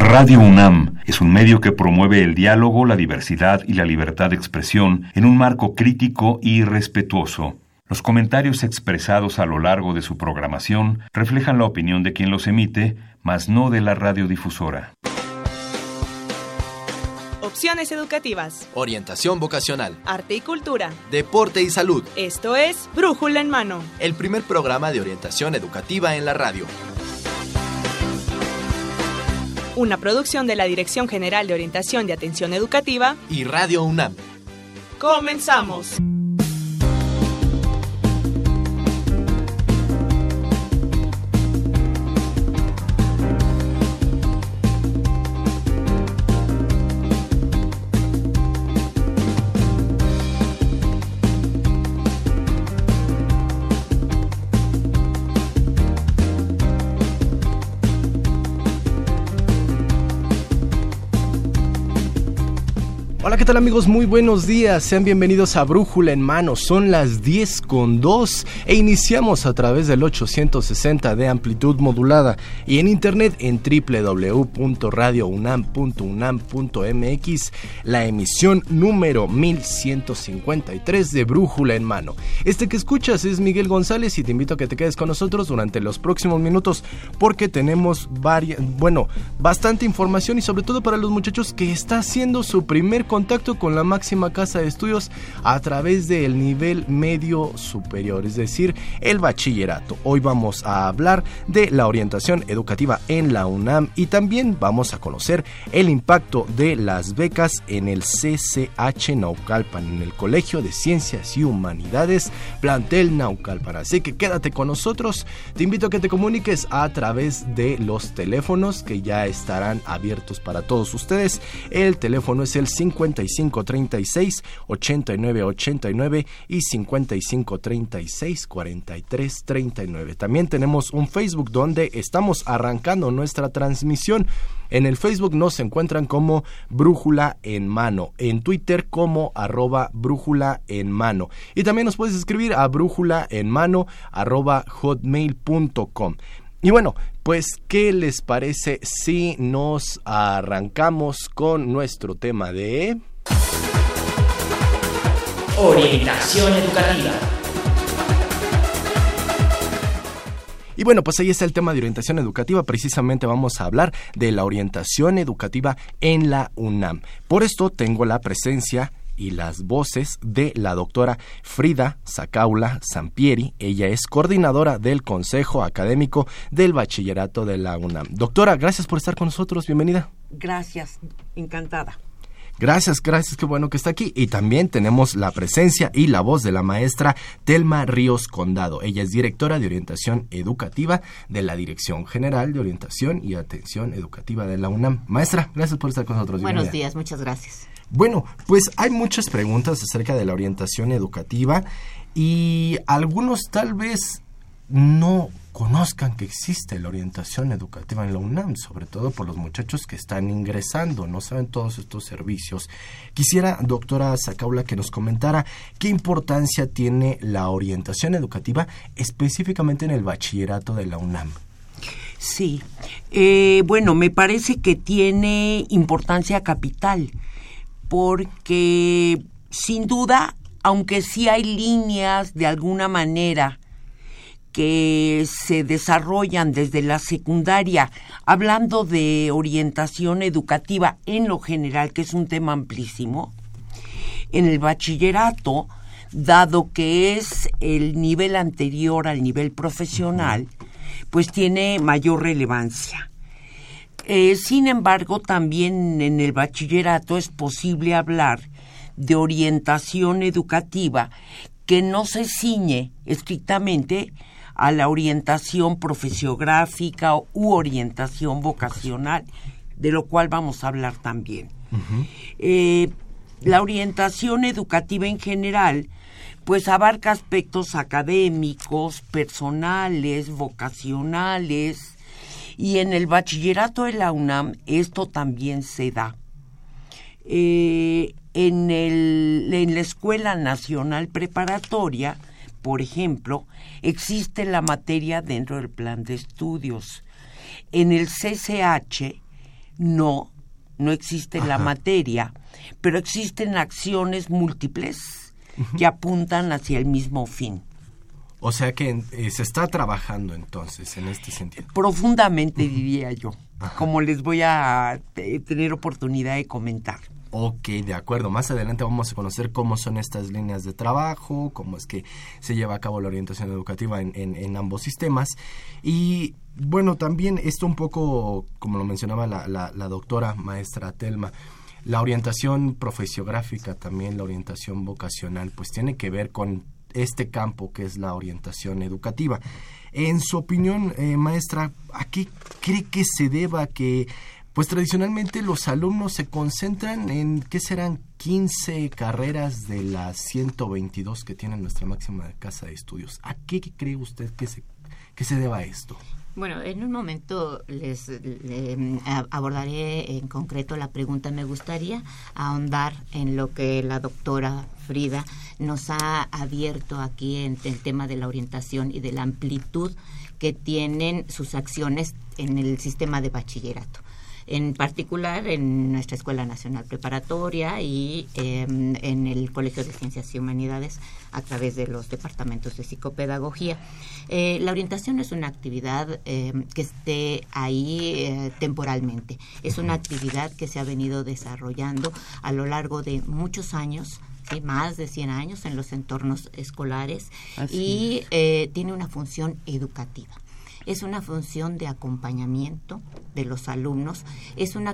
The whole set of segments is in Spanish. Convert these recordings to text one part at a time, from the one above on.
Radio UNAM es un medio que promueve el diálogo, la diversidad y la libertad de expresión en un marco crítico y respetuoso. Los comentarios expresados a lo largo de su programación reflejan la opinión de quien los emite, mas no de la radiodifusora. Opciones educativas, orientación vocacional, arte y cultura, deporte y salud. Esto es Brújula en Mano, el primer programa de orientación educativa en la radio. Una producción de la Dirección General de Orientación y Atención Educativa y Radio UNAM. ¡Comenzamos! Hola, ¿qué tal amigos? Muy buenos días, sean bienvenidos a Brújula en Mano, son las 10:02 e iniciamos a través del 860 de amplitud modulada y en internet en www.radiounam.unam.mx, la emisión número 1153 de Brújula en Mano. Este que escuchas es Miguel González y te invito a que te quedes con nosotros durante los próximos minutos porque tenemos bastante información y sobre todo para los muchachos que está haciendo su primer contacto con la máxima casa de estudios a través del nivel medio superior, es decir, el bachillerato. Hoy vamos a hablar de la orientación educativa en la UNAM y también vamos a conocer el impacto de las becas en el CCH Naucalpan, en el Colegio de Ciencias y Humanidades, plantel Naucalpan. Así que quédate con nosotros, te invito a que te comuniques a través de los teléfonos que ya estarán abiertos para todos ustedes. El teléfono es el 5536-8989 y 5536-4339. También tenemos un Facebook donde estamos arrancando nuestra transmisión. En el Facebook nos encuentran como Brújula en Mano, en Twitter como @Brújula en Mano y también nos puedes escribir a brújulaenmano@hotmail.com. Y bueno, pues, ¿qué les parece si nos arrancamos con nuestro tema de orientación educativa? Y bueno, pues ahí está el tema de orientación educativa. Precisamente vamos a hablar de la orientación educativa en la UNAM. Por esto tengo la presencia y las voces de la doctora Frida Zacaula Sampieri. Ella es coordinadora del Consejo Académico del Bachillerato de la UNAM. Doctora, gracias por estar con nosotros, bienvenida. Gracias, encantada. Gracias, qué bueno que está aquí. Y también tenemos la presencia y la voz de la maestra Telma Ríos Condado. Ella es directora de orientación educativa de la Dirección General de Orientación y Atención Educativa de la UNAM. Maestra, gracias por estar con nosotros. Buenos días, muchas gracias. Bueno, pues hay muchas preguntas acerca de la orientación educativa y algunos tal vez no conozcan que existe la orientación educativa en la UNAM, sobre todo por los muchachos que están ingresando, no saben todos estos servicios. Quisiera, doctora Zacaula, que nos comentara qué importancia tiene la orientación educativa específicamente en el bachillerato de la UNAM. Sí, bueno, me parece que tiene importancia capital, porque sin duda, aunque sí hay líneas de alguna manera que se desarrollan desde la secundaria, hablando de orientación educativa en lo general, que es un tema amplísimo, en el bachillerato, dado que es el nivel anterior al nivel profesional, pues tiene mayor relevancia. Sin embargo, también en el bachillerato es posible hablar de orientación educativa que no se ciñe estrictamente a la orientación profesiográfica u orientación vocacional, de lo cual vamos a hablar también. La orientación educativa en general, pues abarca aspectos académicos, personales, vocacionales, y en el bachillerato de la UNAM esto también se da. En la Escuela Nacional Preparatoria, por ejemplo, existe la materia dentro del plan de estudios. En el CCH No existe la materia, pero existen acciones múltiples que apuntan hacia el mismo fin. O sea que se está trabajando entonces en este sentido. Profundamente, diría yo, como les voy a tener oportunidad de comentar. Ok, de acuerdo. Más adelante vamos a conocer cómo son estas líneas de trabajo, cómo es que se lleva a cabo la orientación educativa en ambos sistemas. Y bueno, también esto un poco, como lo mencionaba la doctora maestra Telma, la orientación profesiográfica, también la orientación vocacional, pues tiene que ver con este campo que es la orientación educativa. En su opinión, maestra, ¿a qué cree que se deba que pues tradicionalmente los alumnos se concentran en, ¿qué serán? 15 carreras de las 122 que tiene nuestra máxima casa de estudios? ¿A qué cree usted que se deba esto? Bueno, en un momento les abordaré en concreto la pregunta. Me gustaría ahondar en lo que la doctora Frida nos ha abierto aquí en el tema de la orientación y de la amplitud que tienen sus acciones en el sistema de bachillerato. En particular en nuestra Escuela Nacional Preparatoria y en el Colegio de Ciencias y Humanidades a través de los departamentos de psicopedagogía. La orientación no es una actividad que esté ahí temporalmente. Es una actividad que se ha venido desarrollando a lo largo de muchos años, ¿sí? Más de 100 años en los entornos escolares. Así y tiene una función educativa. Es una función de acompañamiento de los alumnos, es una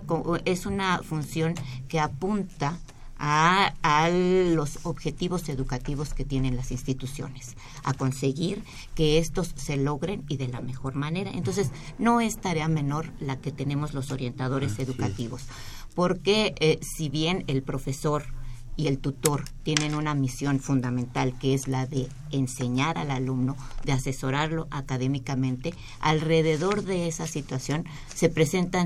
función que apunta a los objetivos educativos que tienen las instituciones, a conseguir que estos se logren y de la mejor manera. Entonces, no es tarea menor la que tenemos los orientadores educativos, porque si bien el profesor y el tutor tienen una misión fundamental, que es la de enseñar al alumno, de asesorarlo académicamente, alrededor de esa situación se presentan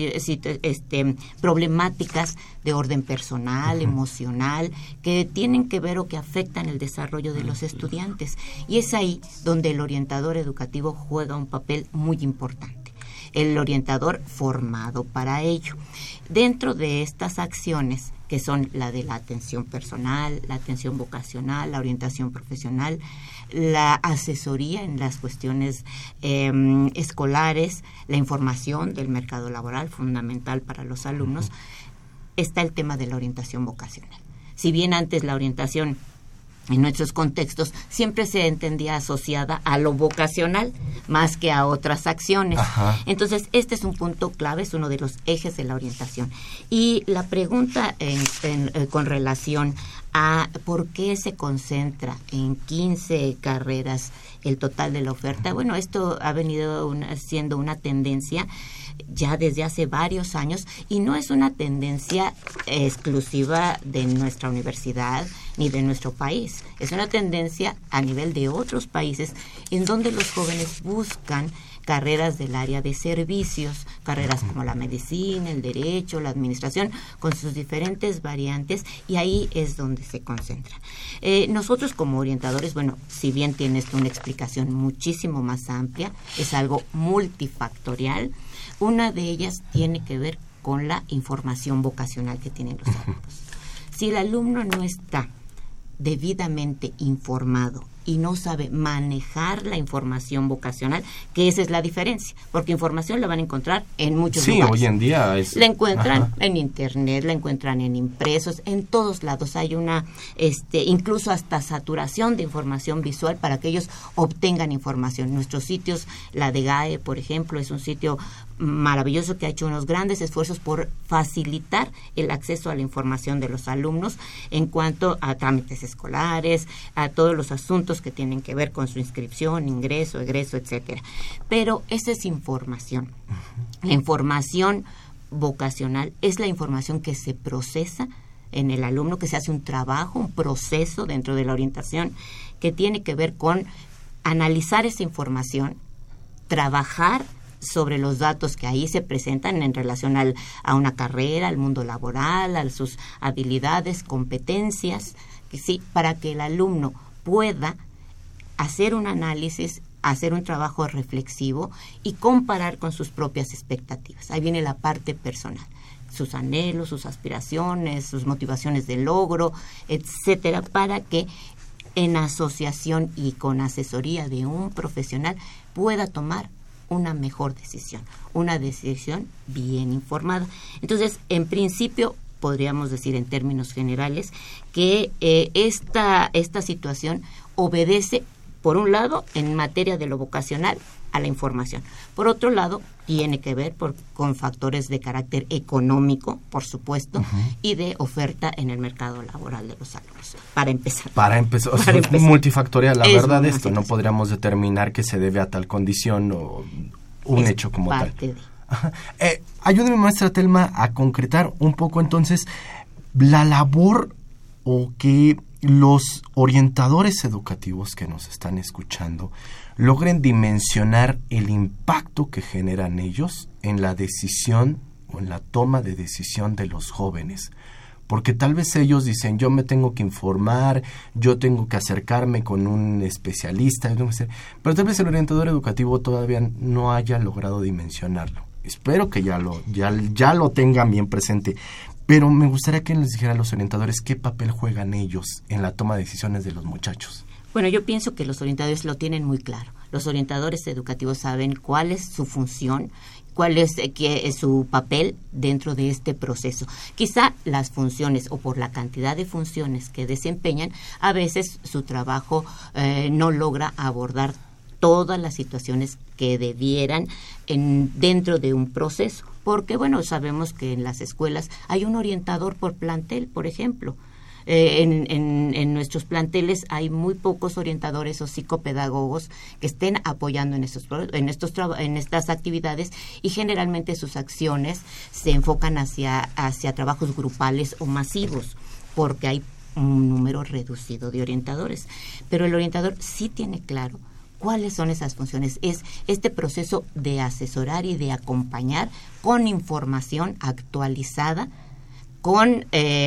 problemáticas de orden personal, emocional, que tienen que ver o que afectan el desarrollo de los estudiantes. Y es ahí donde el orientador educativo juega un papel muy importante. El orientador formado para ello. Dentro de estas acciones, que son la de la atención personal, la atención vocacional, la orientación profesional, la asesoría en las cuestiones escolares, la información del mercado laboral, fundamental para los alumnos, está el tema de la orientación vocacional. Si bien antes la orientación en nuestros contextos siempre se entendía asociada a lo vocacional más que a otras acciones. Ajá. Entonces, este es un punto clave, es uno de los ejes de la orientación. Y la pregunta con relación a por qué se concentra en 15 carreras el total de la oferta, bueno, esto ha venido siendo una tendencia ya desde hace varios años y no es una tendencia exclusiva de nuestra universidad ni de nuestro país. Es una tendencia a nivel de otros países en donde los jóvenes buscan carreras del área de servicios, carreras como la medicina, el derecho, la administración, con sus diferentes variantes, y ahí es donde se concentra. Nosotros como orientadores, bueno, si bien tiene esto una explicación muchísimo más amplia, es algo multifactorial. Una de ellas tiene que ver con la información vocacional que tienen los alumnos. Si el alumno no está debidamente informado y no sabe manejar la información vocacional, que esa es la diferencia, porque información la van a encontrar en muchos lugares. Sí, hoy en día es... La encuentran en internet, la encuentran en impresos, en todos lados hay una, incluso hasta saturación de información visual para que ellos obtengan información. Nuestros sitios, la de GAE, por ejemplo, es un sitio maravilloso que ha hecho unos grandes esfuerzos por facilitar el acceso a la información de los alumnos en cuanto a trámites escolares, a todos los asuntos que tienen que ver con su inscripción, ingreso, egreso, etcétera. Pero esa es información. La información vocacional es la información que se procesa en el alumno, que se hace un trabajo, un proceso dentro de la orientación que tiene que ver con analizar esa información, trabajar sobre los datos que ahí se presentan en relación a una carrera, al mundo laboral, a sus habilidades, competencias, que sí, para que el alumno pueda hacer un análisis, hacer un trabajo reflexivo y comparar con sus propias expectativas. Ahí viene la parte personal, sus anhelos, sus aspiraciones, sus motivaciones de logro, etcétera, para que en asociación y con asesoría de un profesional pueda tomar una mejor decisión, una decisión bien informada. Entonces, en principio, podríamos decir en términos generales que esta situación obedece, por un lado, en materia de lo vocacional, a la información. Por otro lado, tiene que ver con factores de carácter económico, por supuesto, y de oferta en el mercado laboral de los alumnos. Para empezar. O sea, es multifactorial, la verdad, esto. No podríamos determinar que se debe a tal condición o un hecho como tal. Ayúdeme, maestra Telma, a concretar un poco entonces la labor o que los orientadores educativos que nos están escuchando logren dimensionar el impacto que generan ellos en la decisión o en la toma de decisión de los jóvenes. Porque tal vez ellos dicen, yo me tengo que informar, yo tengo que acercarme con un especialista, pero tal vez el orientador educativo todavía no haya logrado dimensionarlo. Espero que ya lo tengan bien presente. Pero me gustaría que les dijera a los orientadores qué papel juegan ellos en la toma de decisiones de los muchachos. Bueno, yo pienso que los orientadores lo tienen muy claro. Los orientadores educativos saben cuál es su función, cuál es su papel dentro de este proceso. Quizá las funciones o por la cantidad de funciones que desempeñan, a veces su trabajo no logra abordar todas las situaciones que debieran dentro de un proceso. Porque, bueno, sabemos que en las escuelas hay un orientador por plantel, por ejemplo. En nuestros planteles hay muy pocos orientadores o psicopedagogos que estén apoyando en estas actividades, y generalmente sus acciones se enfocan hacia trabajos grupales o masivos, porque hay un número reducido de orientadores. Pero el orientador sí tiene claro ¿cuáles son esas funciones? Es este proceso de asesorar y de acompañar con información actualizada, con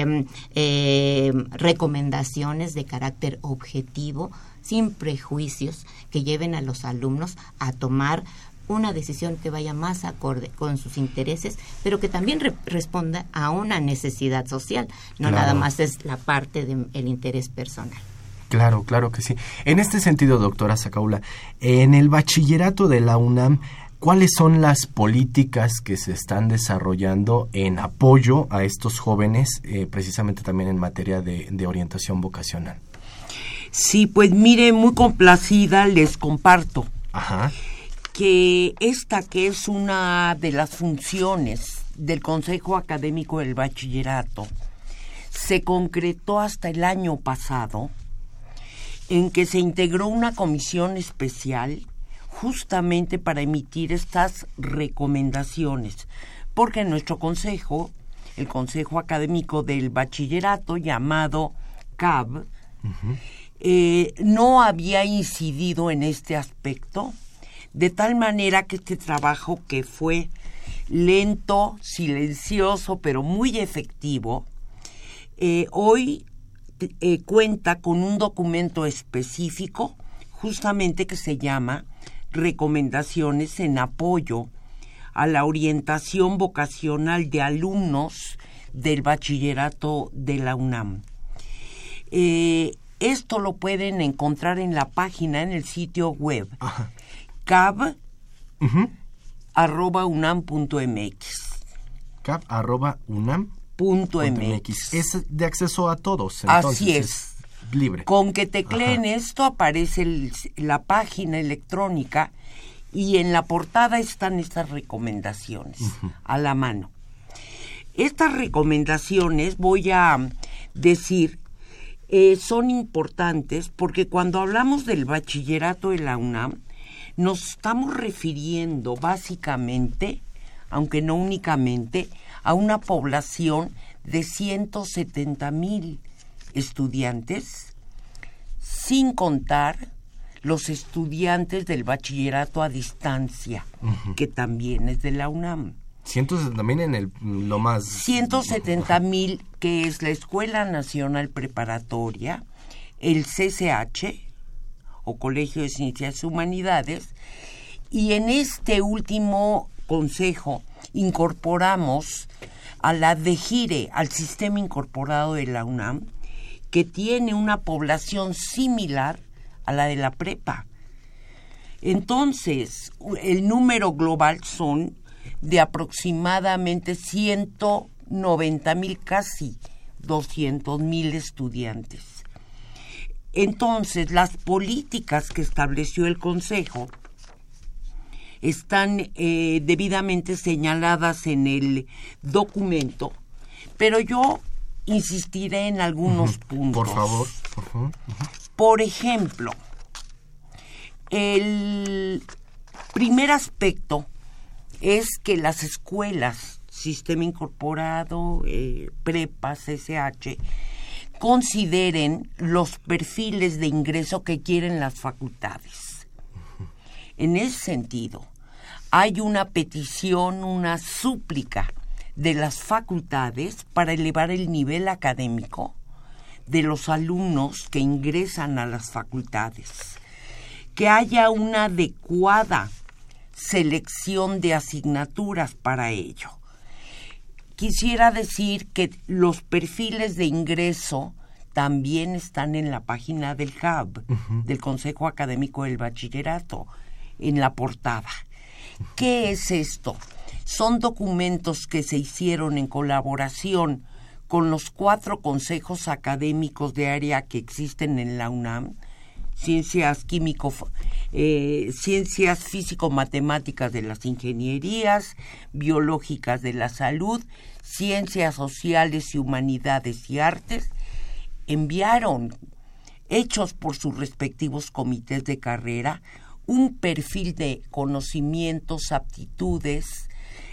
recomendaciones de carácter objetivo, sin prejuicios, que lleven a los alumnos a tomar una decisión que vaya más acorde con sus intereses, pero que también responda a una necesidad social, no claro. Nada más es la parte del interés personal. Claro, claro que sí. En este sentido, doctora Sacaula, en el bachillerato de la UNAM, ¿cuáles son las políticas que se están desarrollando en apoyo a estos jóvenes, precisamente también en materia de orientación vocacional? Sí, pues mire, muy complacida les comparto que esta que es una de las funciones del Consejo Académico del Bachillerato se concretó hasta el año pasado, en que se integró una comisión especial justamente para emitir estas recomendaciones, porque nuestro consejo, el Consejo Académico del Bachillerato, llamado CAB, no había incidido en este aspecto, de tal manera que este trabajo, que fue lento, silencioso, pero muy efectivo, hoy cuenta con un documento específico justamente que se llama Recomendaciones en apoyo a la orientación vocacional de alumnos del bachillerato de la UNAM. Esto lo pueden encontrar en la página, en el sitio web cab@unam.mx. cab@unam.mx. Es de acceso a todos, entonces. Así es. Libre. Con que tecleen esto aparece la página electrónica, y en la portada están estas recomendaciones a la mano. Estas recomendaciones, voy a decir, son importantes porque cuando hablamos del bachillerato de la UNAM nos estamos refiriendo básicamente, aunque no únicamente, a una población de 170,000 estudiantes, sin contar los estudiantes del bachillerato a distancia, que también es de la UNAM. 170,000 en lo más... 170,000, que es la Escuela Nacional Preparatoria, el CCH o Colegio de Ciencias y Humanidades, y en este último consejo incorporamos a la DEGIRE, al Sistema Incorporado de la UNAM, que tiene una población similar a la de la prepa. Entonces, el número global son de aproximadamente 190,000, casi 200,000 estudiantes. Entonces, las políticas que estableció el Consejo están debidamente señaladas en el documento, pero yo insistiré en algunos puntos. Por favor. Por ejemplo, el primer aspecto es que las escuelas, Sistema Incorporado, prepas, SH, consideren los perfiles de ingreso que quieren las facultades. En ese sentido, hay una petición, una súplica de las facultades para elevar el nivel académico de los alumnos que ingresan a las facultades, que haya una adecuada selección de asignaturas para ello. Quisiera decir que los perfiles de ingreso también están en la página del HUB, del Consejo Académico del Bachillerato, en la portada. ¿Qué es esto? Son documentos que se hicieron en colaboración con los 4 consejos académicos de área que existen en la UNAM, ciencias físico-matemáticas de las ingenierías, biológicas de la salud, ciencias sociales y humanidades y artes, enviaron, hechos por sus respectivos comités de carrera, un perfil de conocimientos, aptitudes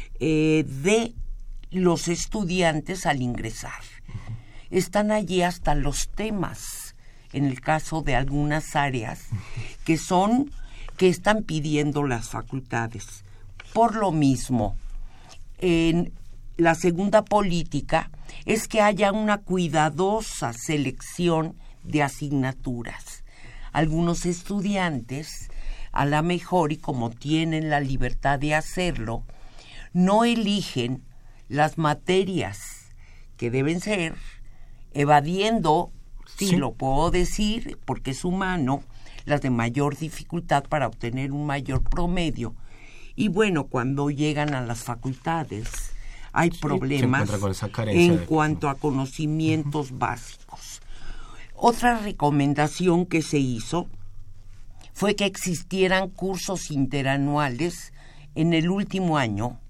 de los estudiantes al ingresar. Están allí hasta los temas, en el caso de algunas áreas, que están pidiendo las facultades. Por lo mismo, en la segunda política es que haya una cuidadosa selección de asignaturas. Algunos estudiantes, a la mejor, y como tienen la libertad de hacerlo, no eligen las materias que deben ser, evadiendo, sí, lo puedo decir porque es humano, las de mayor dificultad para obtener un mayor promedio. Y bueno, cuando llegan a las facultades hay problemas en cuanto a conocimientos básicos. Otra recomendación que se hizo fue que existieran cursos interanuales en el último año.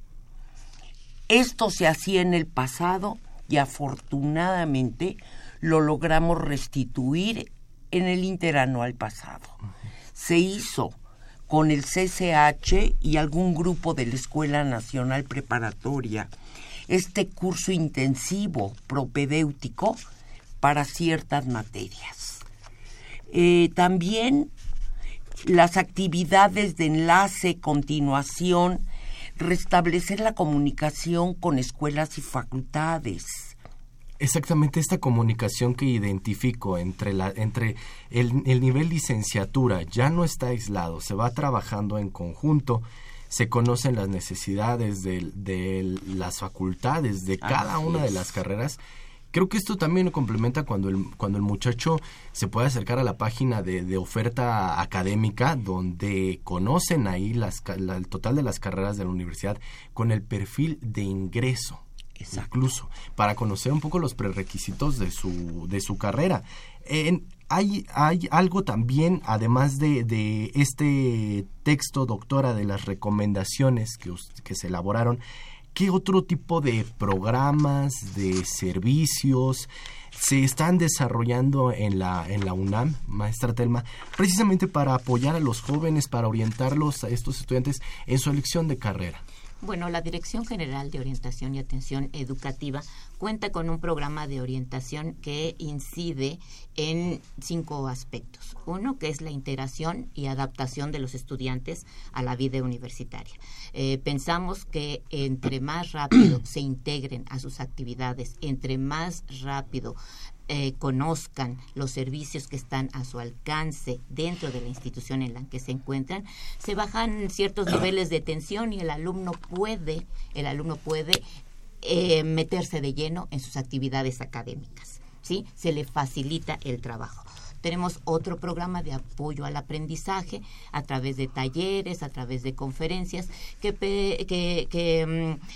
Esto se hacía en el pasado y afortunadamente lo logramos restituir en el interanual pasado. Se hizo con el CCH y algún grupo de la Escuela Nacional Preparatoria este curso intensivo propedéutico para ciertas materias. También las actividades de enlace, continuación, restablecer la comunicación con escuelas y facultades. Exactamente, esta comunicación que identifico entre el nivel licenciatura ya no está aislado, se va trabajando en conjunto, se conocen las necesidades de las facultades de cada una de las carreras. Creo que esto también lo complementa cuando el muchacho se puede acercar a la página de oferta académica, donde conocen ahí el total de las carreras de la universidad con el perfil de ingreso. Exacto. Incluso para conocer un poco los prerequisitos de su carrera. Hay algo también, además de este texto, doctora, de las recomendaciones que se elaboraron. ¿Qué otro tipo de programas, de servicios se están desarrollando en la UNAM, maestra Telma, precisamente para apoyar a los jóvenes, para orientarlos a estos estudiantes en su elección de carrera? Bueno, la Dirección General de Orientación y Atención Educativa cuenta con un programa de orientación que incide en 5 aspectos. Uno, que es la integración y adaptación de los estudiantes a la vida universitaria. Pensamos que entre más rápido se integren a sus actividades, entre más rápido conozcan los servicios que están a su alcance dentro de la institución en la que se encuentran, se bajan ciertos niveles de tensión y el alumno puede meterse de lleno en sus actividades académicas, ¿sí? Se le facilita el trabajo. Tenemos otro programa de apoyo al aprendizaje a través de talleres, a través de conferencias que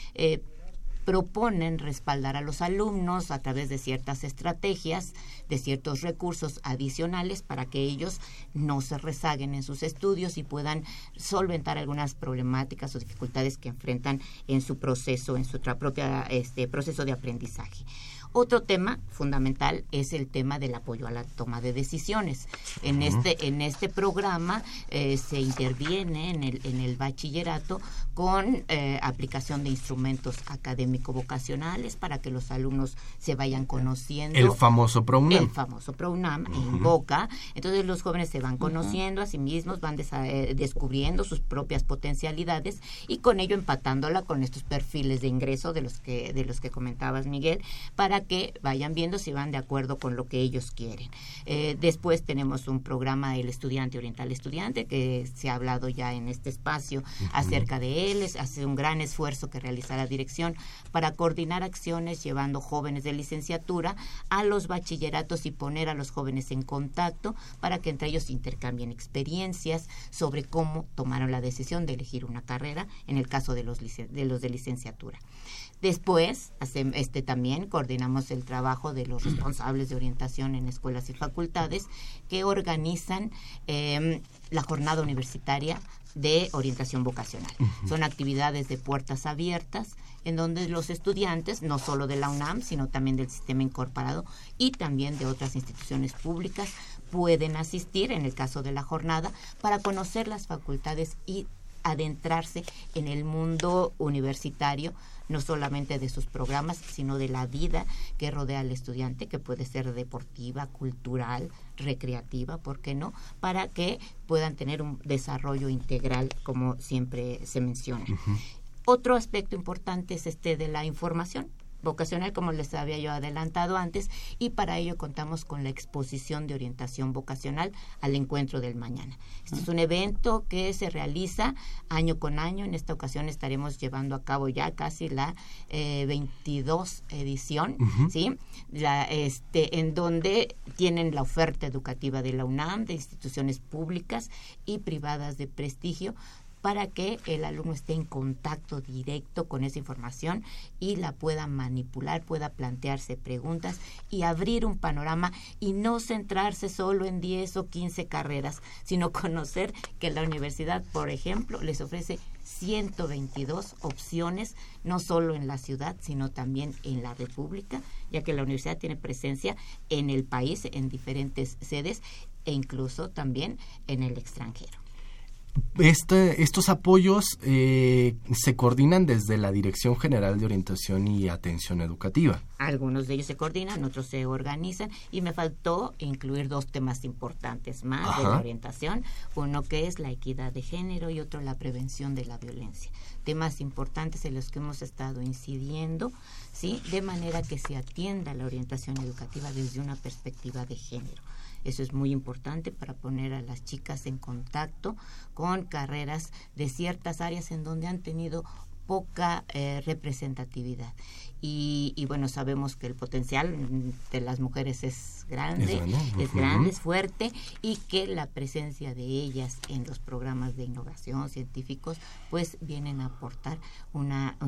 proponen respaldar a los alumnos a través de ciertas estrategias, de ciertos recursos adicionales para que ellos no se rezaguen en sus estudios y puedan solventar algunas problemáticas o dificultades que enfrentan en su proceso, en su propia proceso de aprendizaje. Otro tema fundamental es el tema del apoyo a la toma de decisiones. En este programa se interviene en el bachillerato con aplicación de instrumentos académico-vocacionales para que los alumnos se vayan conociendo. El famoso PROUNAM. El famoso PROUNAM invoca. Entonces los jóvenes se van conociendo a sí mismos, van descubriendo sus propias potencialidades y con ello empatándola con estos perfiles de ingreso de los que comentabas, Miguel, para que vayan viendo si van de acuerdo con lo que ellos quieren. Después tenemos un programa El Estudiante Oriental Estudiante, que se ha hablado ya en este espacio acerca de él. Hace un gran esfuerzo que realiza la dirección para coordinar acciones llevando jóvenes de licenciatura a los bachilleratos y poner a los jóvenes en contacto para que entre ellos intercambien experiencias sobre cómo tomaron la decisión de elegir una carrera en el caso de los de licenciatura. Después, también coordinamos el trabajo de los responsables de orientación en escuelas y facultades que organizan la jornada universitaria de orientación vocacional. Son actividades de puertas abiertas en donde los estudiantes, no solo de la UNAM, sino también del sistema incorporado y también de otras instituciones públicas, pueden asistir en el caso de la jornada para conocer las facultades y adentrarse en el mundo universitario, no solamente de sus programas, sino de la vida que rodea al estudiante, que puede ser deportiva, cultural, recreativa, ¿por qué no?, para que puedan tener un desarrollo integral, como siempre se menciona. Otro aspecto importante es de la información vocacional, como les había yo adelantado antes, y para ello contamos con la exposición de orientación vocacional al encuentro del mañana. Este es un evento que se realiza año con año. En esta ocasión estaremos llevando a cabo ya casi la 22 edición, ¿sí? En donde tienen la oferta educativa de la UNAM, de instituciones públicas y privadas de prestigio, para que el alumno esté en contacto directo con esa información y la pueda manipular, pueda plantearse preguntas y abrir un panorama y no centrarse solo en 10 o 15 carreras, sino conocer que la universidad, por ejemplo, les ofrece 122 opciones, no solo en la ciudad, sino también en la República, ya que la universidad tiene presencia en el país, en diferentes sedes e incluso también en el extranjero. Estos apoyos se coordinan desde la Dirección General de Orientación y Atención Educativa. Algunos de ellos se coordinan, otros se organizan, y me faltó incluir dos temas importantes más de la orientación, uno que es la equidad de género y otro la prevención de la violencia. Temas importantes en los que hemos estado incidiendo, ¿sí?, de manera que se atienda la orientación educativa desde una perspectiva de género. Eso es muy importante para poner a las chicas en contacto con carreras de ciertas áreas en donde han tenido poca representatividad. Y bueno, sabemos que el potencial de las mujeres es grande, es fuerte, y que la presencia de ellas en los programas de innovación científicos pues vienen a aportar un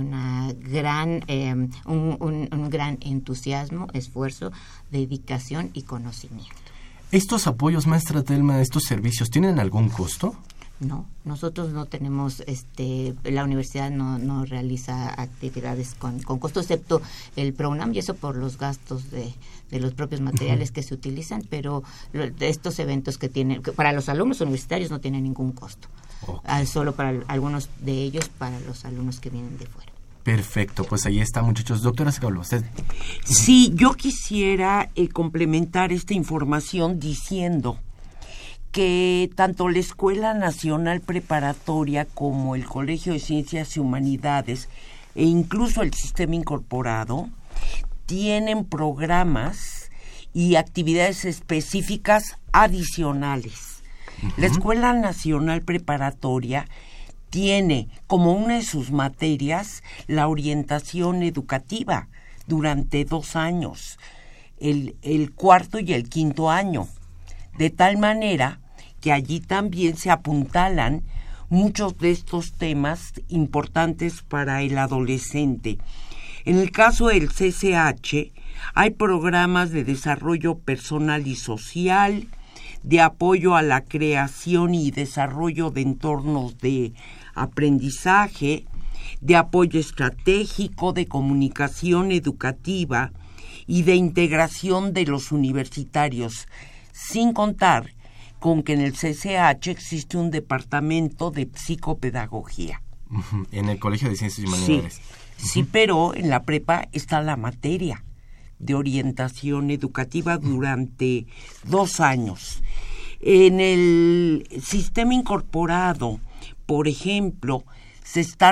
gran entusiasmo, esfuerzo, dedicación y conocimiento. ¿Estos apoyos, maestra Telma, estos servicios, tienen algún costo? No, nosotros no tenemos, la universidad no realiza actividades con costo, excepto el PROUNAM, y eso por los gastos de los propios materiales que se utilizan, pero estos eventos que para los alumnos universitarios no tienen ningún costo, solo para algunos de ellos, para los alumnos que vienen de fuera. Perfecto, pues ahí está, muchachos. Doctora Segovia, usted. Sí, yo quisiera complementar esta información diciendo que tanto la Escuela Nacional Preparatoria como el Colegio de Ciencias y Humanidades e incluso el Sistema Incorporado tienen programas y actividades específicas adicionales. La Escuela Nacional Preparatoria tiene como una de sus materias la orientación educativa durante 2 años, el 4º y el 5º año, de tal manera que allí también se apuntalan muchos de estos temas importantes para el adolescente. En el caso del CCH, hay programas de desarrollo personal y social, de apoyo a la creación y desarrollo de entornos de aprendizaje, de apoyo estratégico, de comunicación educativa y de integración de los universitarios, sin contar con que en el CCH existe un departamento de psicopedagogía. En el Colegio de Ciencias y Humanidades. Sí, pero en la prepa está la materia de orientación educativa durante 2 años. En el sistema incorporado, por ejemplo, se está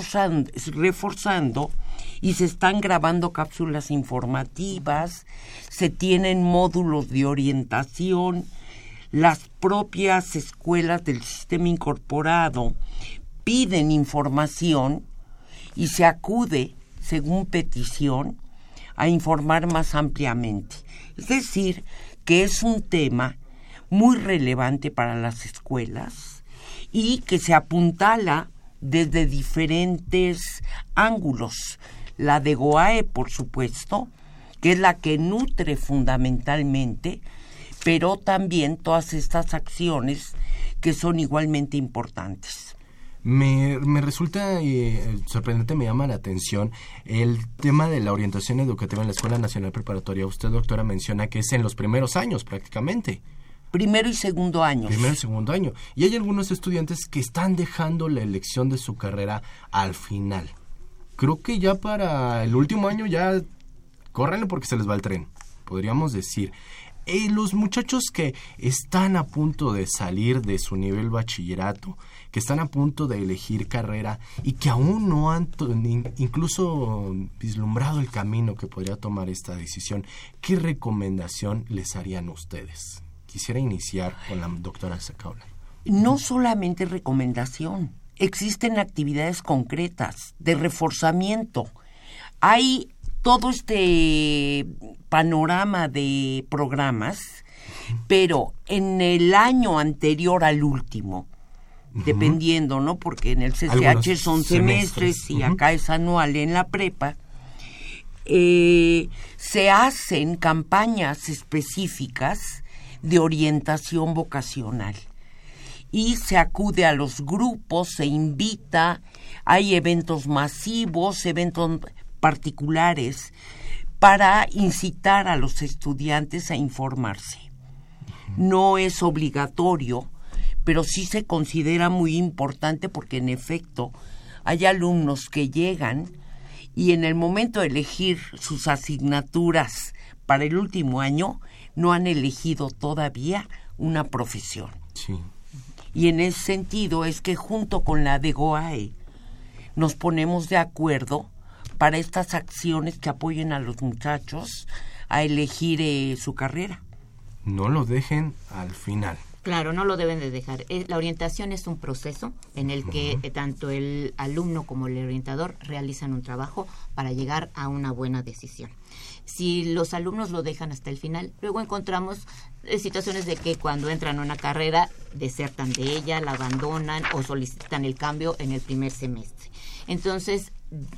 reforzando y se están grabando cápsulas informativas, se tienen módulos de orientación, las propias escuelas del sistema incorporado piden información y se acude, según petición, a informar más ampliamente. Es decir, que es un tema muy relevante para las escuelas y que se apuntala desde diferentes ángulos. La de GOAE, por supuesto, que es la que nutre fundamentalmente, pero también todas estas acciones que son igualmente importantes. Me resulta sorprendente, me llama la atención el tema de la orientación educativa en la Escuela Nacional Preparatoria. Usted, doctora, menciona que es en los primeros años prácticamente. Primero y segundo año. Primero y segundo año. Y hay algunos estudiantes que están dejando la elección de su carrera al final. Creo que ya para el último año ya córranle porque se les va el tren, podríamos decir. Los muchachos que están a punto de salir de su nivel bachillerato, que están a punto de elegir carrera y que aún no han incluso vislumbrado el camino que podría tomar esta decisión, ¿qué recomendación les harían ustedes? Quisiera iniciar con la doctora Sacaula. No solamente recomendación, existen actividades concretas de reforzamiento. Hay todo este panorama de programas, pero en el año anterior al último, dependiendo, ¿no? Porque en el CCH son semestres y acá es anual en la prepa, se hacen campañas específicas de orientación vocacional y se acude a los grupos, se invita, hay eventos masivos, eventos particulares para incitar a los estudiantes a informarse. No es obligatorio, pero sí se considera muy importante porque en efecto hay alumnos que llegan y en el momento de elegir sus asignaturas para el último año no han elegido todavía una profesión. Sí. Y en ese sentido es que junto con la de GOAE nos ponemos de acuerdo para estas acciones que apoyen a los muchachos a elegir su carrera. No lo dejen al final. Claro, no lo deben de dejar. La orientación es un proceso en el que tanto el alumno como el orientador realizan un trabajo para llegar a una buena decisión. Si los alumnos lo dejan hasta el final, luego encontramos situaciones de que cuando entran a una carrera desertan de ella, la abandonan o solicitan el cambio en el primer semestre. Entonces,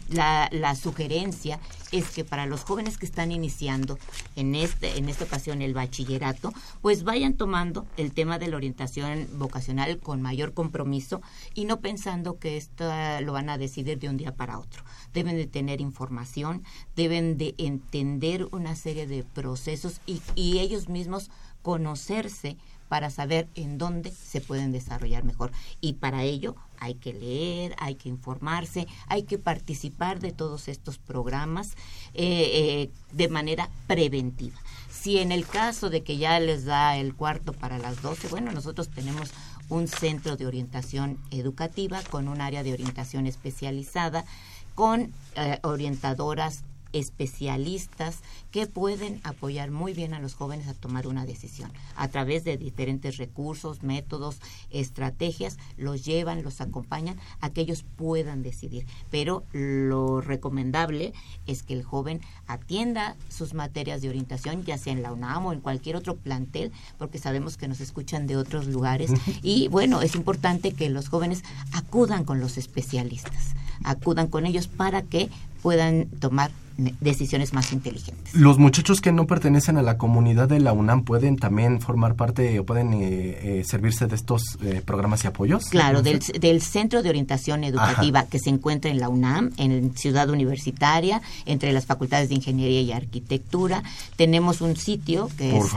la sugerencia es que para los jóvenes que están iniciando en esta ocasión el bachillerato, pues vayan tomando el tema de la orientación vocacional con mayor compromiso y no pensando que esto lo van a decidir de un día para otro. Deben de tener información, deben de entender una serie de procesos y ellos mismos conocerse para saber en dónde se pueden desarrollar mejor. Y para ello hay que leer, hay que informarse, hay que participar de todos estos programas de manera preventiva. Si en el caso de que ya les da el cuarto para las 12, bueno, nosotros tenemos un centro de orientación educativa con un área de orientación especializada, con orientadoras especialistas que pueden apoyar muy bien a los jóvenes a tomar una decisión. A través de diferentes recursos, métodos, estrategias, los llevan, los acompañan a que ellos puedan decidir. Pero lo recomendable es que el joven atienda sus materias de orientación, ya sea en la UNAM o en cualquier otro plantel, porque sabemos que nos escuchan de otros lugares. Y bueno, es importante que los jóvenes acudan con los especialistas, acudan con ellos para que puedan tomar decisiones más inteligentes. ¿Los muchachos que no pertenecen a la comunidad de la UNAM pueden también formar parte o pueden servirse de estos programas y apoyos? Claro, del Centro de Orientación Educativa que se encuentra en la UNAM, en Ciudad Universitaria, entre las facultades de Ingeniería y Arquitectura. Tenemos un sitio que es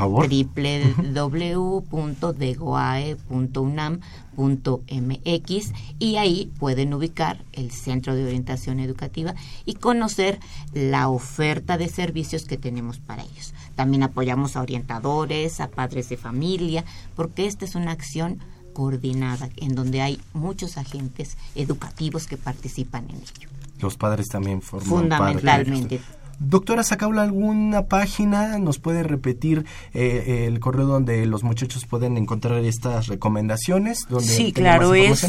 www.degoae.unam.mx y ahí pueden ubicar el Centro de Orientación Educativa y conocer la oferta de servicios que tenemos para ellos. También apoyamos a orientadores, a padres de familia, porque esta es una acción coordinada en donde hay muchos agentes educativos que participan en ello. Los padres también forman fundamentalmente. parte. Doctora Sacaula, ¿alguna página nos puede repetir el correo donde los muchachos pueden encontrar estas recomendaciones? Donde sí, claro, es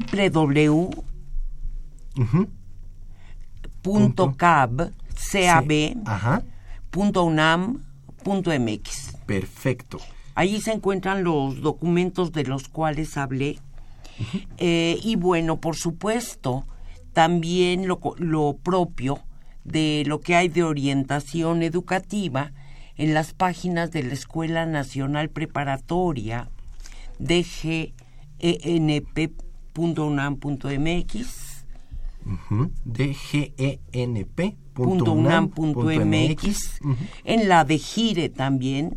www.cab.unam.mx. Perfecto. Allí se encuentran los documentos de los cuales hablé. Y bueno, por supuesto, también lo propio de lo que hay de orientación educativa en las páginas de la Escuela Nacional Preparatoria dgenp.unam.mx, dgenp.unam.mx, en la de Gire también,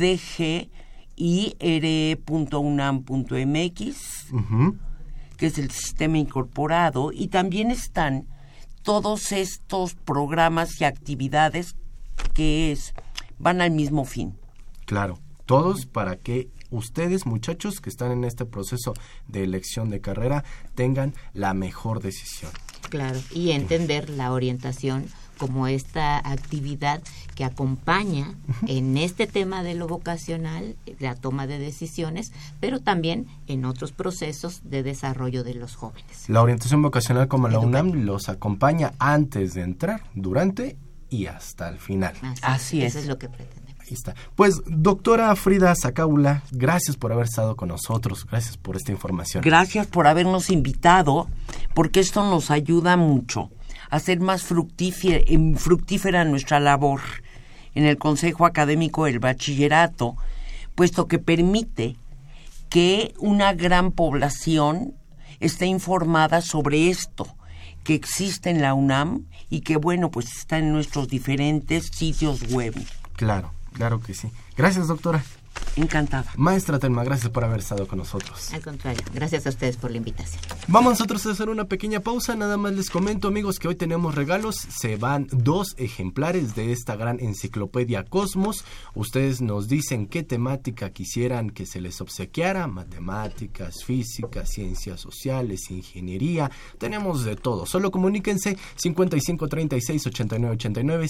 dgire.unam.mx, que es el sistema incorporado, y también están todos estos programas y actividades que van al mismo fin. Claro, todos para que ustedes, muchachos, que están en este proceso de elección de carrera, tengan la mejor decisión. Claro, y entender la orientación como esta actividad que acompaña en este tema de lo vocacional, la toma de decisiones, pero también en otros procesos de desarrollo de los jóvenes. La orientación vocacional como la UNAM los acompaña antes de entrar, durante y hasta el final. Así es. Eso es lo que pretendemos. Ahí está. Pues, doctora Frida Sacaula, gracias por haber estado con nosotros, gracias por esta información. Gracias por habernos invitado, porque esto nos ayuda mucho a hacer más fructífera nuestra labor en el Consejo Académico del Bachillerato, puesto que permite que una gran población esté informada sobre esto que existe en la UNAM y que, bueno, pues está en nuestros diferentes sitios web. Claro, claro que sí. Gracias, doctora. Encantada. Maestra Telma, gracias por haber estado con nosotros. Al contrario, gracias a ustedes por la invitación. Vamos nosotros a hacer una pequeña pausa. Nada más les comento, amigos, que hoy tenemos regalos. Se van 2 ejemplares de esta gran enciclopedia Cosmos. Ustedes nos dicen qué temática quisieran que se les obsequiara. Matemáticas, física, ciencias sociales, ingeniería. Tenemos de todo. Solo comuníquense 5536-8989,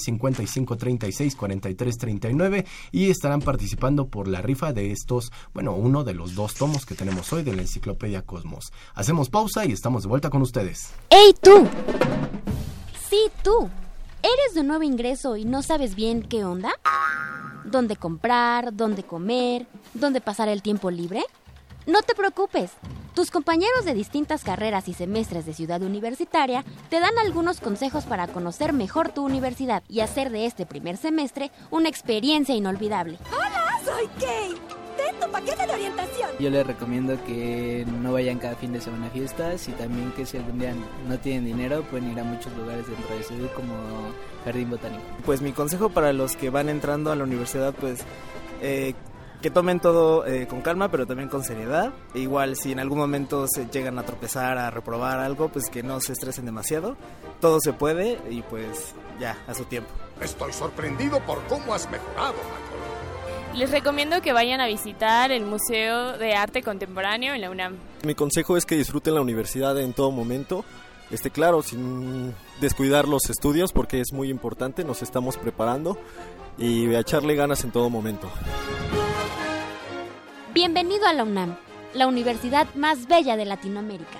5536-4339 y estarán participando por la rifa de estos, uno de los 2 tomos que tenemos hoy de la enciclopedia Cosmos. Hacemos pausa y estamos de vuelta con ustedes. ¡Ey, tú! Sí, tú. ¿Eres de nuevo ingreso y no sabes bien qué onda? ¿Dónde comprar? ¿Dónde comer? ¿Dónde pasar el tiempo libre? No te preocupes. Tus compañeros de distintas carreras y semestres de Ciudad Universitaria te dan algunos consejos para conocer mejor tu universidad y hacer de este primer semestre una experiencia inolvidable. ¡Hola! ¡Soy Kate! ¡Ten tu paquete de orientación! Yo les recomiendo que no vayan cada fin de semana a fiestas y también que si algún día no tienen dinero pueden ir a muchos lugares dentro de Ciudad como Jardín Botánico. Pues mi consejo para los que van entrando a la universidad, pues que tomen todo con calma, pero también con seriedad. E igual si en algún momento se llegan a tropezar, a reprobar algo, pues que no se estresen demasiado. Todo se puede y pues ya, a su tiempo. Estoy sorprendido por cómo has mejorado, Michael. Les recomiendo que vayan a visitar el Museo de Arte Contemporáneo en la UNAM. Mi consejo es que disfruten la universidad en todo momento, claro, sin descuidar los estudios porque es muy importante, nos estamos preparando y a echarle ganas en todo momento. Bienvenido a la UNAM, la universidad más bella de Latinoamérica.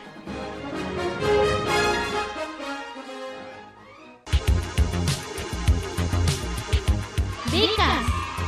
¡Becas!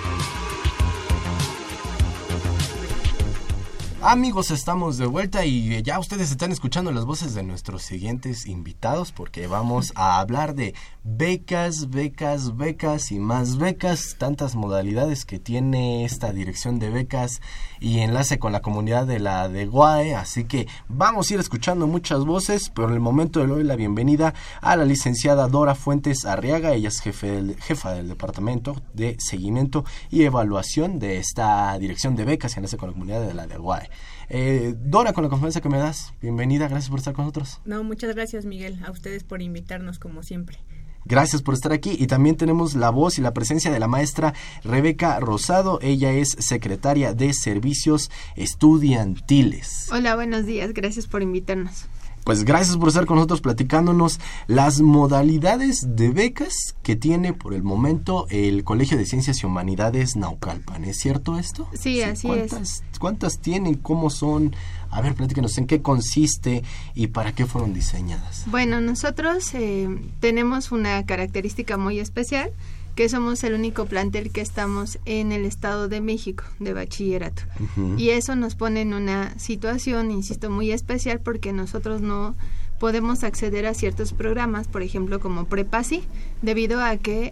Amigos, estamos de vuelta y ya ustedes están escuchando las voces de nuestros siguientes invitados porque vamos a hablar de becas, becas, becas y más becas, tantas modalidades que tiene esta dirección de becas y enlace con la comunidad de la DEGUAE, así que vamos a ir escuchando muchas voces, pero en el momento le doy la bienvenida a la licenciada Dora Fuentes Arriaga. Ella es jefa del Departamento de Seguimiento y Evaluación de esta dirección de becas y enlace con la comunidad de la DEGUAE. Dora, con la confianza que me das, bienvenida, gracias por estar con nosotros. No, muchas gracias, Miguel, a ustedes por invitarnos como siempre. Gracias por estar aquí y también tenemos la voz y la presencia de la maestra Rebeca Rosado. Ella es secretaria de Servicios Estudiantiles. Hola, buenos días, gracias por invitarnos. Pues gracias por estar con nosotros platicándonos las modalidades de becas que tiene por el momento el Colegio de Ciencias y Humanidades Naucalpan. ¿Es cierto esto? Sí, así es. ¿Cuántas tienen? ¿Cómo son? A ver, platícanos en qué consiste y para qué fueron diseñadas. Bueno, nosotros tenemos una característica muy especial, que somos el único plantel que estamos en el Estado de México de bachillerato. Uh-huh. Y eso nos pone en una situación, insisto, muy especial porque nosotros no podemos acceder a ciertos programas, por ejemplo, como Prepasi, debido a que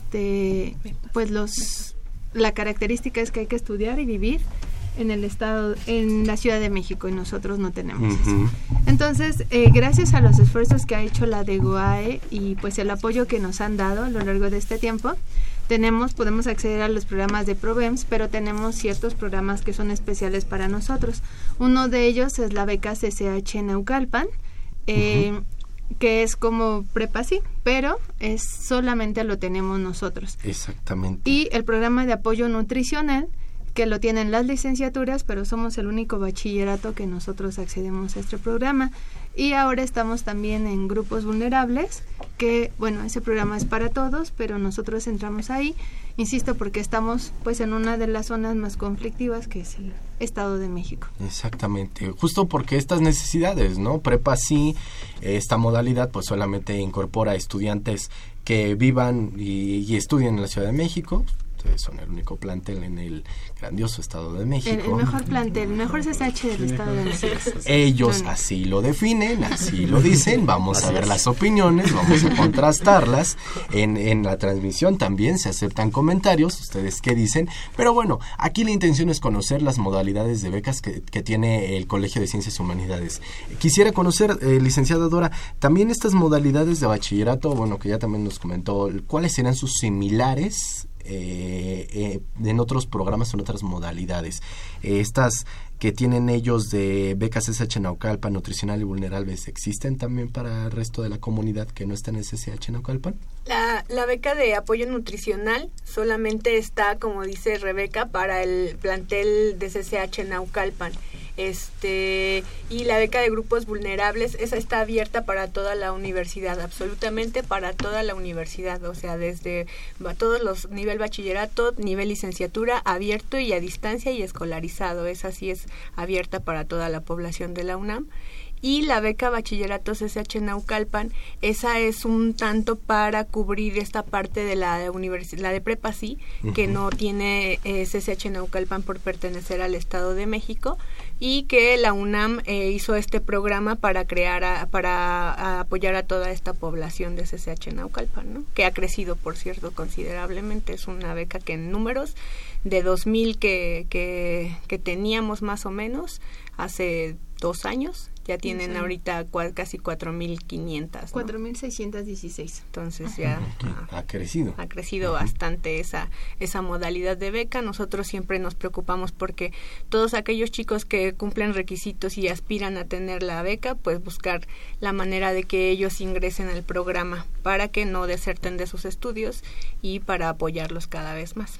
la característica es que hay que estudiar y vivir en el estado, en la Ciudad de México, y nosotros no tenemos eso. Entonces, gracias a los esfuerzos que ha hecho la DEGUAE y pues el apoyo que nos han dado a lo largo de este tiempo, podemos acceder a los programas de Provems, pero tenemos ciertos programas que son especiales para nosotros. Uno de ellos es la beca CCH Naucalpan, que es como Prepasi, pero solamente lo tenemos nosotros. Exactamente. Y el programa de apoyo nutricional, que lo tienen las licenciaturas, pero somos el único bachillerato que nosotros accedemos a este programa. Y ahora estamos también en grupos vulnerables, que, bueno, ese programa es para todos, pero nosotros entramos ahí, insisto, porque estamos pues en una de las zonas más conflictivas, que es el Estado de México. Exactamente, justo porque estas necesidades, ¿no? Prepasi, esta modalidad pues solamente incorpora estudiantes que vivan y estudien en la Ciudad de México. Son el único plantel en el grandioso Estado de México. El mejor plantel, el mejor CCH del Estado de México. Ellos así lo definen, así lo dicen. Vamos a ver las opiniones, vamos a contrastarlas. En la transmisión también se aceptan comentarios, ustedes qué dicen. Pero bueno, aquí la intención es conocer las modalidades de becas que tiene el Colegio de Ciencias y Humanidades. Quisiera conocer, licenciada Dora, también estas modalidades de bachillerato, bueno, que ya también nos comentó, ¿cuáles serán sus similares en otros programas, en otras modalidades? Estas que tienen ellos de becas SH Naucalpan, nutricional y vulnerables, ¿existen también para el resto de la comunidad que no está en SH Naucalpan? La beca de apoyo nutricional solamente está, como dice Rebeca, para el plantel de CCH Naucalpan. Y la beca de grupos vulnerables, esa está abierta para toda la universidad, absolutamente para toda la universidad, o sea, desde todos los nivel bachillerato, nivel licenciatura, abierto y a distancia y escolarizado. Esa sí es abierta para toda la población de la UNAM. Y la beca bachillerato CCH Naucalpan, esa es un tanto para cubrir esta parte de la universidad, la de Prepasi, que no tiene CCH Naucalpan por pertenecer al Estado de México, y que la UNAM hizo este programa para para apoyar a toda esta población de CCH Naucalpan, ¿no? Que ha crecido, por cierto, considerablemente. Es una beca que en números de 2,000 que teníamos más o menos hace 2 años, ya tienen ahorita casi 4,500, ¿no? 4,616. Entonces ya ha crecido. Ha crecido bastante esa modalidad de beca. Nosotros siempre nos preocupamos porque todos aquellos chicos que cumplen requisitos y aspiran a tener la beca, pues buscar la manera de que ellos ingresen al programa para que no deserten de sus estudios y para apoyarlos cada vez más.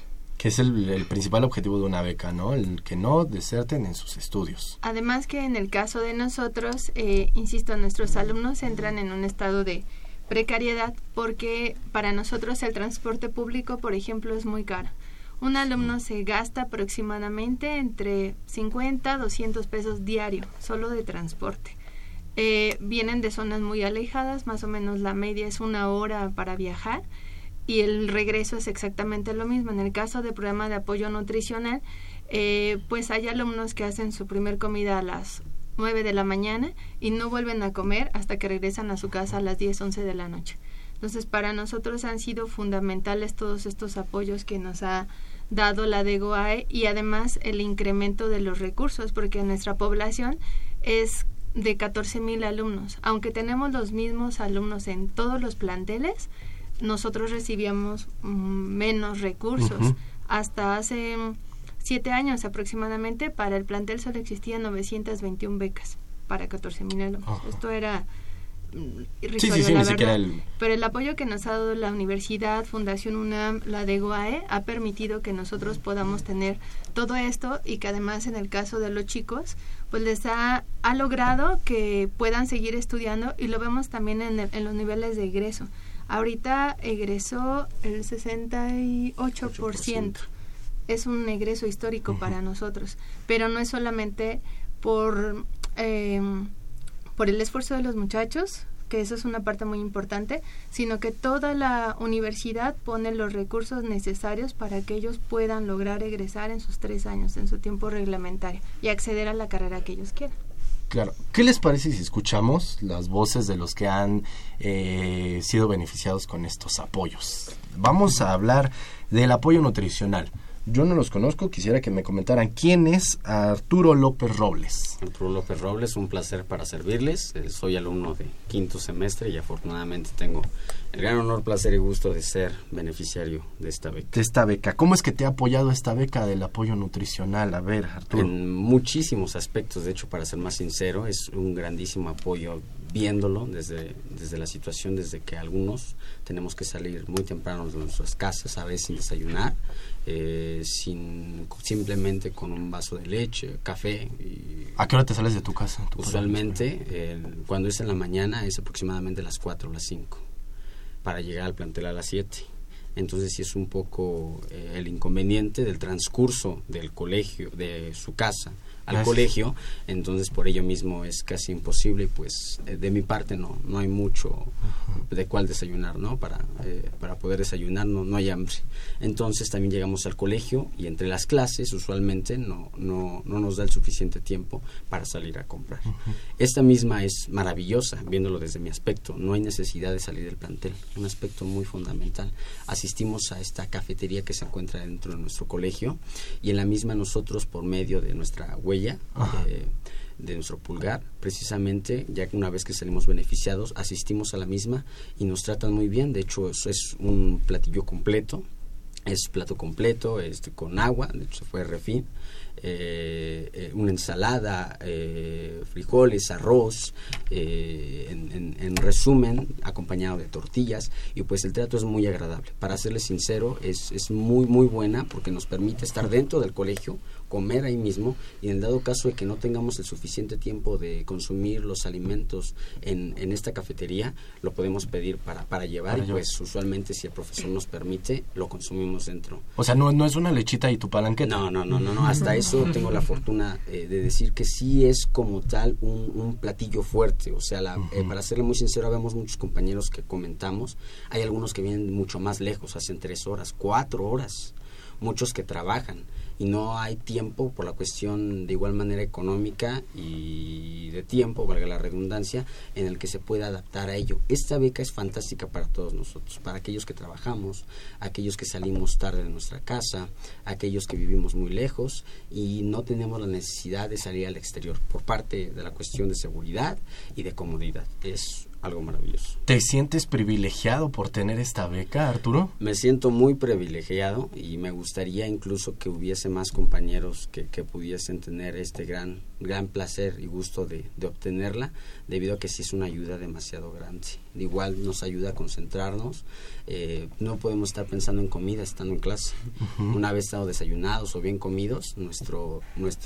Que es el principal objetivo de una beca, ¿no? El que no deserten en sus estudios. Además que en el caso de nosotros, insisto, nuestros alumnos entran en un estado de precariedad porque para nosotros el transporte público, por ejemplo, es muy caro. Un alumno se gasta aproximadamente entre 50 a 200 pesos diario, solo de transporte. Vienen de zonas muy alejadas, más o menos la media es 1 hora para viajar y el regreso es exactamente lo mismo. En el caso del programa de apoyo nutricional, pues hay alumnos que hacen su primer comida a las 9 de la mañana y no vuelven a comer hasta que regresan a su casa a las 10, 11 de la noche. Entonces, para nosotros han sido fundamentales todos estos apoyos que nos ha dado la DEGOAE y además el incremento de los recursos, porque nuestra población es de 14,000 alumnos. Aunque tenemos los mismos alumnos en todos los planteles, nosotros recibíamos menos recursos. Hasta hace 7 años aproximadamente, para el plantel solo existían 921 becas para 14,000 alumnos. Esto era irrisorio, la verdad. Pero el apoyo que nos ha dado la universidad, Fundación UNAM, la DEGOAE, ha permitido que nosotros podamos tener todo esto y que además en el caso de los chicos, pues les ha logrado que puedan seguir estudiando y lo vemos también en los niveles de egreso. Ahorita egresó el 68%. Es un egreso histórico para nosotros, pero no es solamente por el esfuerzo de los muchachos, que eso es una parte muy importante, sino que toda la universidad pone los recursos necesarios para que ellos puedan lograr egresar en sus 3 años, en su tiempo reglamentario, y acceder a la carrera que ellos quieran. Claro. ¿Qué les parece si escuchamos las voces de los que han sido beneficiados con estos apoyos? Vamos a hablar del apoyo nutricional. Yo no los conozco, quisiera que me comentaran quién es Arturo López Robles. Arturo López Robles, un placer para servirles. Soy alumno de 5º semestre y afortunadamente tengo el gran honor, placer y gusto de ser beneficiario de esta beca. De esta beca. ¿Cómo es que te ha apoyado esta beca del apoyo nutricional? A ver, Arturo. En muchísimos aspectos, de hecho, para ser más sincero, es un grandísimo apoyo viéndolo desde la situación, desde que algunos tenemos que salir muy temprano de nuestras casas, a veces sin desayunar, simplemente con un vaso de leche, café. ¿A qué hora te sales de tu casa? Usualmente, cuando es en la mañana, es aproximadamente las 4 o las 5, para llegar al plantel a las 7. Entonces sí es un poco el inconveniente del transcurso del colegio, de su casa al colegio, entonces por ello mismo es casi imposible y pues de mi parte no hay mucho de cuál desayunar, ¿no? Para poder desayunar no hay hambre. Entonces también llegamos al colegio y entre las clases usualmente no nos da el suficiente tiempo para salir a comprar. Esta misma es maravillosa, viéndolo desde mi aspecto, no hay necesidad de salir del plantel, un aspecto muy fundamental. Asistimos a esta cafetería que se encuentra dentro de nuestro colegio y en la misma nosotros por medio de nuestra huella de nuestro pulgar, precisamente, ya que una vez que salimos beneficiados, asistimos a la misma y nos tratan muy bien. De hecho, eso es un platillo completo, es plato completo, con agua, de hecho fue refín, una ensalada, frijoles, arroz, en resumen, acompañado de tortillas, y pues el trato es muy agradable. Para serles sincero, es muy muy buena porque nos permite estar dentro del colegio, comer ahí mismo, y en el dado caso de que no tengamos el suficiente tiempo de consumir los alimentos en esta cafetería, lo podemos pedir para llevar, y pues usualmente si el profesor nos permite, lo consumimos dentro. O sea, no es una lechita y tu palanqueta. No, hasta eso tengo la fortuna de decir que sí es como tal un platillo fuerte, o sea, para serle muy sincero, vemos muchos compañeros que comentamos, hay algunos que vienen mucho más lejos, hacen 3 horas, 4 horas, muchos que trabajan y no hay tiempo por la cuestión de igual manera económica y de tiempo, valga la redundancia, en el que se pueda adaptar a ello. Esta beca es fantástica para todos nosotros, para aquellos que trabajamos, aquellos que salimos tarde de nuestra casa, aquellos que vivimos muy lejos y no tenemos la necesidad de salir al exterior por parte de la cuestión de seguridad y de comodidad. Es algo maravilloso. ¿Te sientes privilegiado por tener esta beca, Arturo? Me siento muy privilegiado y me gustaría incluso que hubiese más compañeros que pudiesen tener este gran placer y gusto de obtenerla, debido a que sí es una ayuda demasiado grande. Igual nos ayuda a concentrarnos, no podemos estar pensando en comida estando en clase. Una vez estado desayunados o bien comidos, nuestro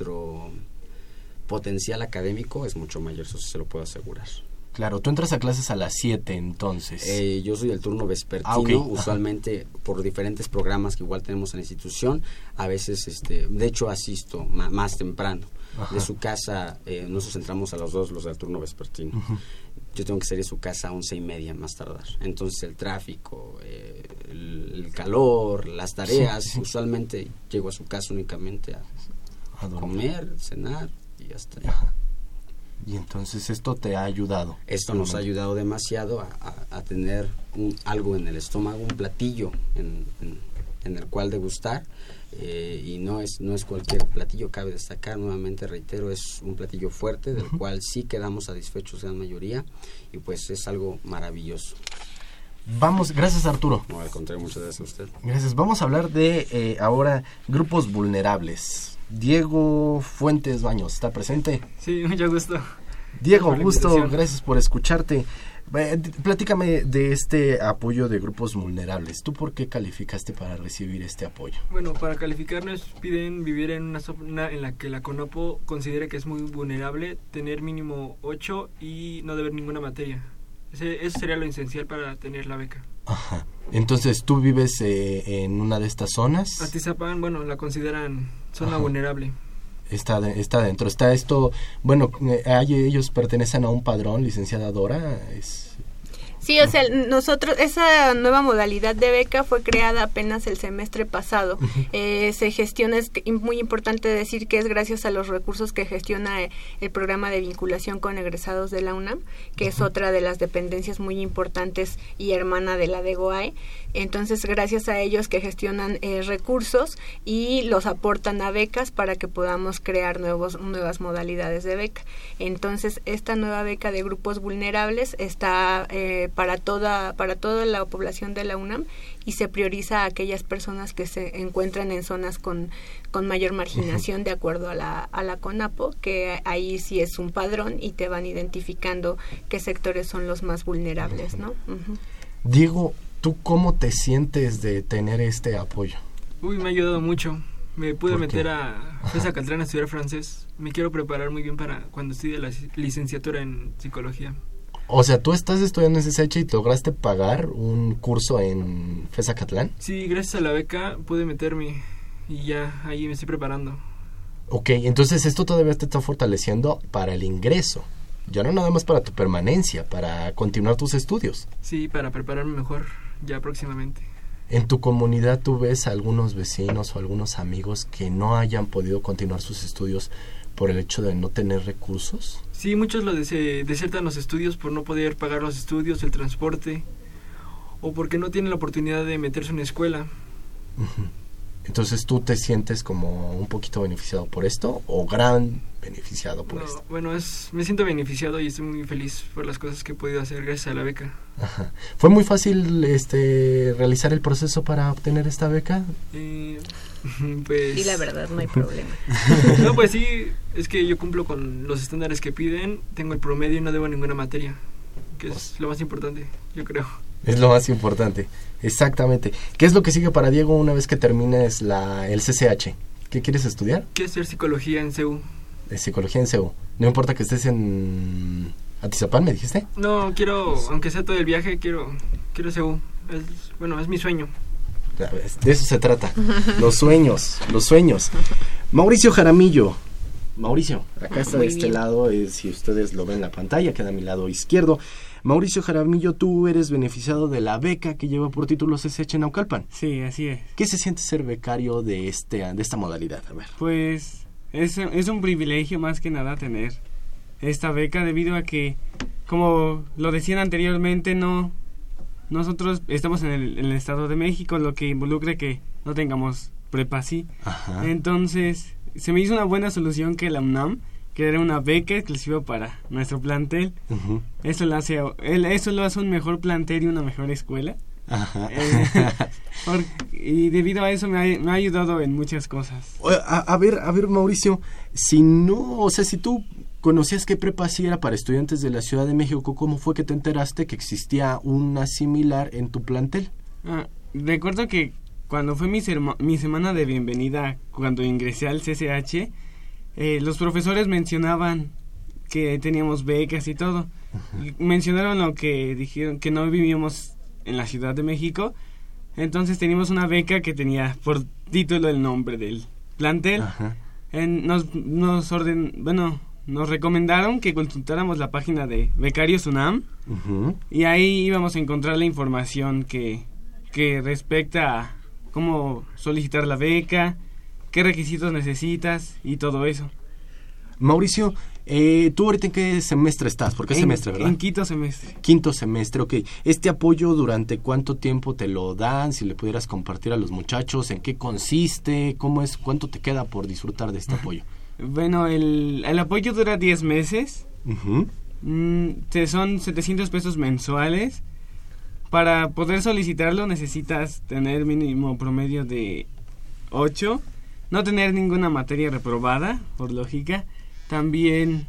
potencial académico es mucho mayor, eso sí se lo puedo asegurar. Claro, tú entras a clases a las 7 entonces. Yo soy del turno vespertino, okay. Usualmente por diferentes programas que igual tenemos en la institución, a veces, de hecho asisto más temprano. Ajá. De su casa, nosotros entramos a las 2 los del turno vespertino. Yo tengo que salir de su casa a 11:30 más tardar. Entonces el tráfico, el calor, las tareas, sí. Usualmente llego a su casa únicamente a comer, cenar y hasta allá. Ajá. Y entonces esto te ha ayudado. Esto nos ha ayudado demasiado a tener algo en el estómago, un platillo en el cual degustar, y no es cualquier platillo, cabe destacar, nuevamente reitero, es un platillo fuerte del cual sí quedamos satisfechos gran mayoría, y pues es algo maravilloso. Vamos, gracias Arturo. No, al contrario, muchas gracias a usted. Gracias, vamos a hablar de ahora grupos vulnerables. Diego Fuentes Baños, ¿está presente? Sí, mucho gusto. Diego, gusto, gracias por escucharte. Platícame de este apoyo de grupos vulnerables. ¿Tú por qué calificaste para recibir este apoyo? Bueno, para calificar nos piden vivir en una zona en la que la CONAPO considere que es muy vulnerable, tener mínimo 8 y no deber ninguna materia. Eso sería lo esencial para tener la beca. Ajá. Entonces, ¿tú vives en una de estas zonas? Atizapán, bueno, la consideran zona vulnerable. Está dentro. Está esto, bueno, ellos pertenecen a un padrón, licenciada Dora. Sí, o sea, esa nueva modalidad de beca fue creada apenas el semestre pasado. Se gestiona, es muy importante decir que es gracias a los recursos que gestiona el programa de vinculación con egresados de la UNAM, que es otra de las dependencias muy importantes y hermana de la DEGOAE. Entonces, gracias a ellos que gestionan recursos y los aportan a becas para que podamos crear nuevas modalidades de beca. Entonces, esta nueva beca de grupos vulnerables está para toda la población de la UNAM y se prioriza a aquellas personas que se encuentran en zonas con mayor marginación de acuerdo a la CONAPO, que ahí sí es un padrón y te van identificando qué sectores son los más vulnerables, ¿no? Diego, ¿tú cómo te sientes de tener este apoyo? Me ha ayudado mucho. Me pude meter a FESA Catlán a estudiar francés. Me quiero preparar muy bien para cuando estudie la licenciatura en psicología. O sea, ¿tú estás estudiando en SSH y lograste pagar un curso en FESA Catlán? Sí, gracias a la beca pude meterme y ya ahí me estoy preparando. Ok, entonces esto todavía te está fortaleciendo para el ingreso. Ya no nada más para tu permanencia, para continuar tus estudios. Sí, para prepararme mejor ya próximamente. ¿En tu comunidad tú ves a algunos vecinos o algunos amigos que no hayan podido continuar sus estudios por el hecho de no tener recursos? Sí, muchos desertan los estudios por no poder pagar los estudios, el transporte, o porque no tienen la oportunidad de meterse en una escuela. Entonces, ¿tú te sientes como un poquito beneficiado por esto o gran beneficiado por esto? Bueno, me siento beneficiado y estoy muy feliz por las cosas que he podido hacer gracias a la beca. Ajá. ¿Fue muy fácil realizar el proceso para obtener esta beca? Pues... Sí, la verdad, no hay problema. No, pues sí, es que yo cumplo con los estándares que piden, tengo el promedio y no debo ninguna materia, que es lo más importante, yo creo. Es lo más importante, exactamente. ¿Qué es lo que sigue para Diego una vez que termines el CCH? ¿Qué quieres estudiar? Quiero estudiar psicología en CEU. Psicología en CEU. No importa que estés en Atizapán, ¿me dijiste? No, aunque sea todo el viaje, quiero CEU. Es mi sueño. De eso se trata. Los sueños. Mauricio Jaramillo. Mauricio, acá está de este lado, si ustedes lo ven en la pantalla, queda a mi lado izquierdo. Mauricio Jaramillo, tú eres beneficiado de la beca que lleva por título CCH Naucalpan. Sí, así es. ¿Qué se siente ser becario de esta modalidad? A ver. Pues es un privilegio más que nada tener esta beca debido a que, como lo decían anteriormente, nosotros estamos en el Estado de México, lo que involucra que no tengamos prepa así. Entonces, se me hizo una buena solución que la UNAM que era una beca exclusiva para nuestro plantel. Eso lo hace un mejor plantel y una mejor escuela. Ajá. Y debido a eso me ha ayudado en muchas cosas. A ver, Mauricio, si tú conocías que prepa sí era para estudiantes de la Ciudad de México, ¿cómo fue que te enteraste que existía una similar en tu plantel? Recuerdo que cuando fue mi semana de bienvenida, cuando ingresé al CCH, los profesores mencionaban que teníamos becas y todo. Y mencionaron lo que dijeron, que no vivíamos en la Ciudad de México, entonces teníamos una beca que tenía por título el nombre del plantel. Nos recomendaron que consultáramos la página de Becarios UNAM, y ahí íbamos a encontrar la información que respecta a cómo solicitar la beca, qué requisitos necesitas y todo eso. Mauricio, ¿tú ahorita en qué semestre estás? ¿Por qué semestre, verdad? En quinto semestre. Quinto semestre, ok. ¿Este apoyo durante cuánto tiempo te lo dan? Si le pudieras compartir a los muchachos, ¿en qué consiste? ¿Cómo es? ¿Cuánto te queda por disfrutar de este apoyo? Bueno, el apoyo dura 10 meses. Son 700 pesos mensuales. Para poder solicitarlo necesitas tener mínimo promedio de 8, no tener ninguna materia reprobada, por lógica. También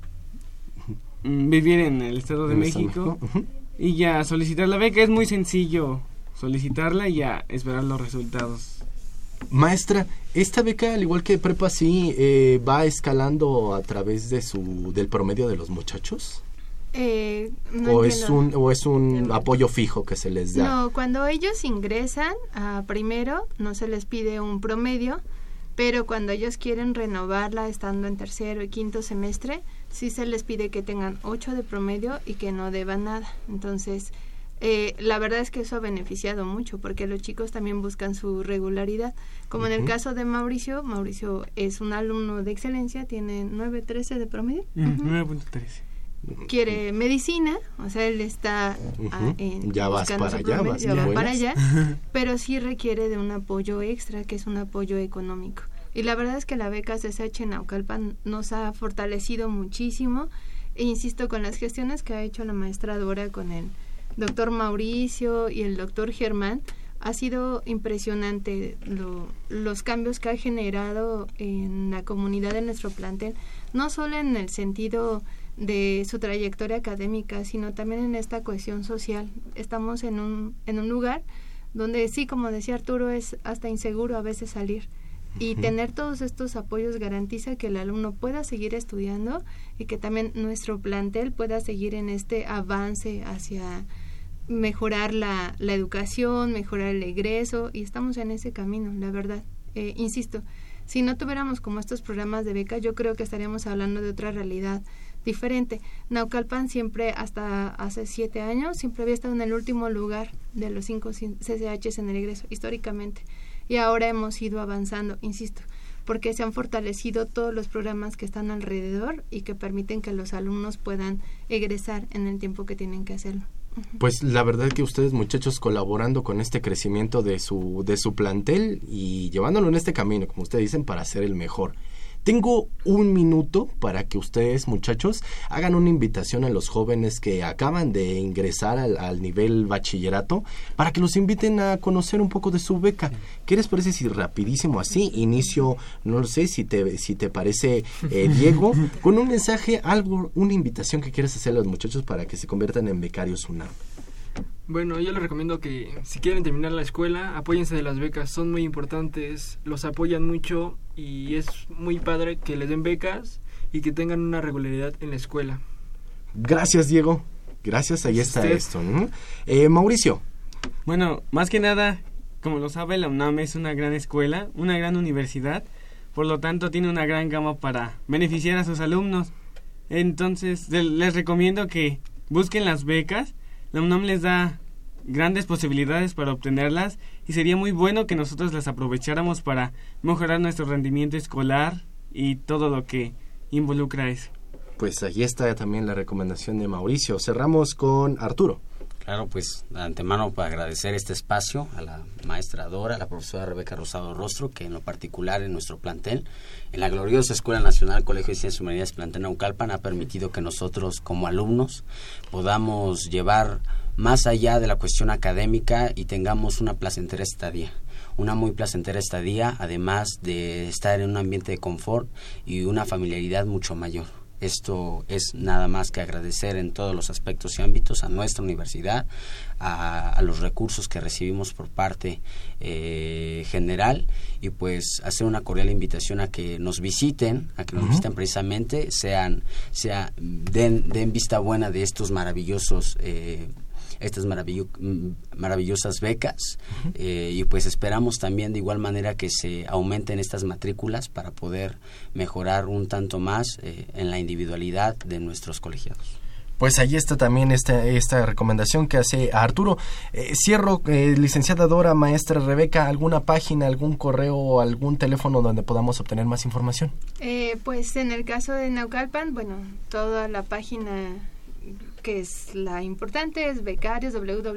vivir en el Estado de México. Y ya solicitar la beca. Es muy sencillo solicitarla y ya esperar los resultados. Maestra, ¿esta beca, al igual que prepa, sí va escalando a través del promedio de los muchachos? ¿O es un apoyo fijo que se les da? No, cuando ellos ingresan a primero no se les pide un promedio, pero cuando ellos quieren renovarla estando en tercero y quinto semestre, sí se les pide que tengan 8 de promedio y que no deban nada. Entonces, la verdad es que eso ha beneficiado mucho, porque los chicos también buscan su regularidad. Como en el caso de Mauricio es un alumno de excelencia, tiene 9.13 de promedio. 9.13. Quiere medicina, o sea, él está ya vas para allá, va para allá, pero sí requiere de un apoyo extra, que es un apoyo económico. Y la verdad es que la beca CCH Naucalpan nos ha fortalecido muchísimo, e insisto, con las gestiones que ha hecho la maestra Dora con el doctor Mauricio y el doctor Germán, ha sido impresionante los cambios que ha generado en la comunidad de nuestro plantel, no solo en el sentido de su trayectoria académica, sino también en esta cohesión social. Estamos en un lugar donde sí, como decía Arturo, es hasta inseguro a veces salir, y tener todos estos apoyos garantiza que el alumno pueda seguir estudiando y que también nuestro plantel pueda seguir en este avance hacia mejorar la educación, mejorar el egreso, y estamos en ese camino, la verdad. Insisto, si no tuviéramos como estos programas de beca, yo creo que estaríamos hablando de otra realidad diferente. Naucalpan siempre, hasta hace 7 años, siempre había estado en el último lugar de los 5 CCHs en el egreso, históricamente. Y ahora hemos ido avanzando, insisto, porque se han fortalecido todos los programas que están alrededor y que permiten que los alumnos puedan egresar en el tiempo que tienen que hacerlo. Pues la verdad que ustedes, muchachos, colaborando con este crecimiento de su plantel y llevándolo en este camino, como ustedes dicen, para ser el mejor. Tengo 1 minuto para que ustedes, muchachos, hagan una invitación a los jóvenes que acaban de ingresar al nivel bachillerato, para que los inviten a conocer un poco de su beca. ¿Qué les parece si rapidísimo así inicio, no sé si te parece, Diego, con un mensaje, una invitación que quieras hacer a los muchachos para que se conviertan en becarios UNAM? Bueno, yo les recomiendo que si quieren terminar la escuela, apóyense de las becas, son muy importantes, los apoyan mucho y es muy padre que les den becas y que tengan una regularidad en la escuela. Gracias, Diego. Gracias, ahí está esto, ¿no? Mauricio. Bueno, más que nada, como lo sabe, la UNAM es una gran escuela, una gran universidad, por lo tanto tiene una gran gama para beneficiar a sus alumnos. Entonces, les recomiendo que busquen las becas. La UNAM les da grandes posibilidades para obtenerlas y sería muy bueno que nosotros las aprovecháramos para mejorar nuestro rendimiento escolar y todo lo que involucra eso. Pues ahí está también la recomendación de Mauricio. Cerramos con Arturo. Claro, pues de antemano para agradecer este espacio a la maestra Dora, a la profesora Rebeca Rosado Rostro, que en lo particular en nuestro plantel, en la gloriosa Escuela Nacional Colegio de Ciencias y Humanidades Plantel Naucalpan, ha permitido que nosotros como alumnos podamos llevar más allá de la cuestión académica y tengamos una placentera estadía. Una muy placentera estadía, además de estar en un ambiente de confort y una familiaridad mucho mayor. Esto es nada más que agradecer en todos los aspectos y ámbitos a nuestra universidad, a los recursos que recibimos por parte general, y pues hacer una cordial invitación a que nos visiten, visiten precisamente, den vista buena de estos maravillosos estas maravillosas becas, y pues esperamos también de igual manera que se aumenten estas matrículas para poder mejorar un tanto más en la individualidad de nuestros colegiados. Pues ahí está también esta recomendación que hace Arturo. Cierro, licenciada Dora, maestra Rebeca, ¿alguna página, algún correo o algún teléfono donde podamos obtener más información? Pues en el caso de Naucalpan, bueno, toda la página que es la importante es becarios,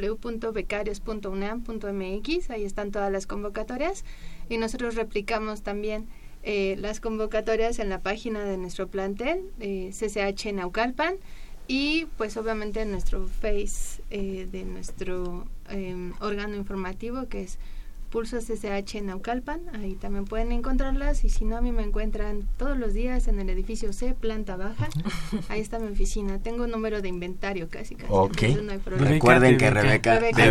www.becarios.unam.mx, ahí están todas las convocatorias, y nosotros replicamos también las convocatorias en la página de nuestro plantel, CCH Naucalpan, y pues obviamente en nuestro Face de nuestro órgano informativo, que es Pulso CCH Naucalpan. Ahí también pueden encontrarlas, y si no, a mí me encuentran todos los días en el edificio C, planta baja. Ahí está mi oficina. Tengo un número de inventario casi. Ok. No hay problema. Recuerden que Rebeca te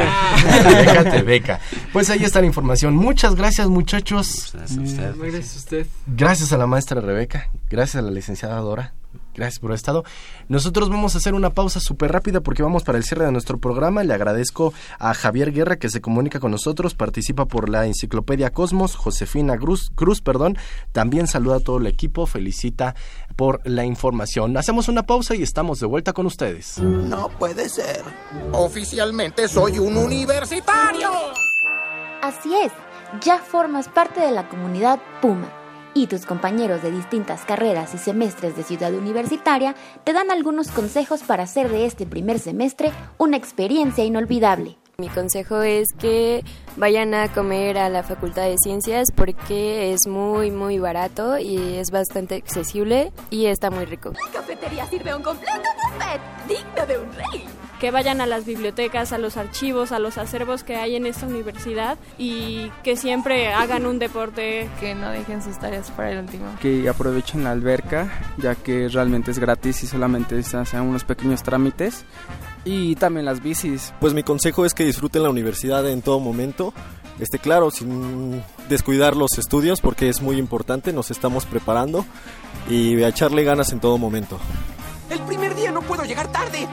beca. Pues ahí está la información. Muchas gracias, muchachos. Gracias a usted. Gracias a la maestra Rebeca. Gracias a la licenciada Dora. Gracias por haber estado. Nosotros vamos a hacer una pausa súper rápida porque vamos para el cierre de nuestro programa. Le agradezco a Javier Guerra, que se comunica con nosotros, participa por la Enciclopedia Cosmos. Josefina Cruz, también saluda a todo el equipo, felicita por la información. Hacemos una pausa y estamos de vuelta con ustedes. No puede ser. Oficialmente soy un universitario. Así es, ya formas parte de la comunidad Puma. Y tus compañeros de distintas carreras y semestres de Ciudad Universitaria te dan algunos consejos para hacer de este primer semestre una experiencia inolvidable. Mi consejo es que vayan a comer a la Facultad de Ciencias porque es muy muy barato y es bastante accesible y está muy rico. La cafetería sirve un completo buffet digno de un rey. Que vayan a las bibliotecas, a los archivos, a los acervos que hay en esta universidad y que siempre hagan un deporte. Que no dejen sus tareas para el último. Que aprovechen la alberca, ya que realmente es gratis y solamente se hacen unos pequeños trámites. Y también las bicis. Pues mi consejo es que disfruten la universidad en todo momento. Claro, sin descuidar los estudios porque es muy importante, nos estamos preparando y a echarle ganas en todo momento. El primer día no puedo llegar tarde.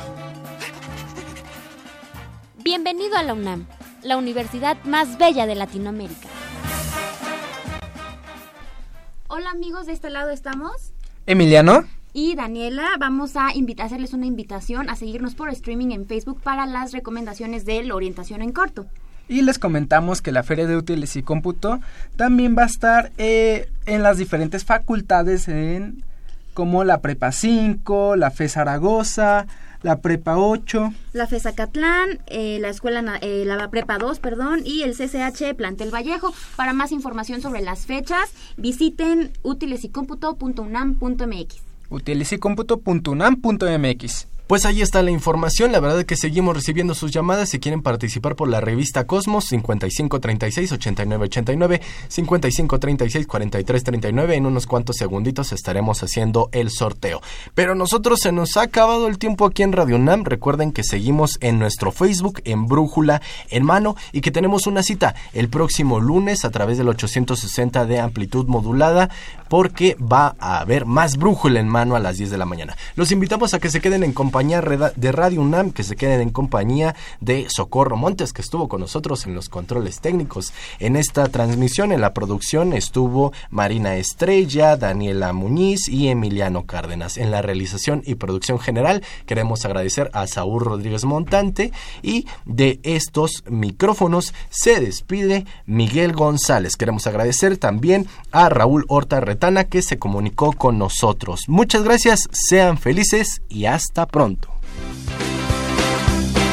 Bienvenido a la UNAM, la universidad más bella de Latinoamérica. Hola amigos, de este lado estamos Emiliano y Daniela. Vamos a hacerles una invitación a seguirnos por streaming en Facebook para las recomendaciones de la orientación en corto. Y les comentamos que la Feria de Útiles y Cómputo también va a estar en las diferentes facultades, como la Prepa 5, la FE Zaragoza, la Prepa 8, la FE Zacatlán, la Prepa 2, y el CCH Plantel Vallejo. Para más información sobre las fechas, visiten utilesycomputo.unam.mx. utilesycomputo.unam.mx. Pues ahí está la información. La verdad es que seguimos recibiendo sus llamadas. Si quieren participar por la revista Cosmos, 5536-8989, 5536-4339. En unos cuantos segunditos estaremos haciendo el sorteo. Pero nosotros se nos ha acabado el tiempo aquí en Radio UNAM. Recuerden que seguimos en nuestro Facebook, en Brújula en Mano, y que tenemos una cita el próximo lunes a través del 860 de amplitud modulada, porque va a haber más Brújula en Mano a las 10 de la mañana. Los invitamos a que se queden en compañía de Radio UNAM, que se queden en compañía de Socorro Montes, que estuvo con nosotros en los controles técnicos. En esta transmisión, en la producción, estuvo Marina Estrella, Daniela Muñiz y Emiliano Cárdenas. En la realización y producción general, queremos agradecer a Saúl Rodríguez Montante, y de estos micrófonos se despide Miguel González. Queremos agradecer también a Raúl Horta Retana, que se comunicó con nosotros. Muchas gracias, sean felices y hasta pronto.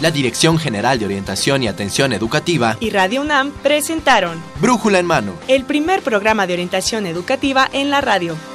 la Dirección General de Orientación y Atención Educativa y Radio UNAM presentaron Brújula en Mano, el primer programa de orientación educativa en la radio.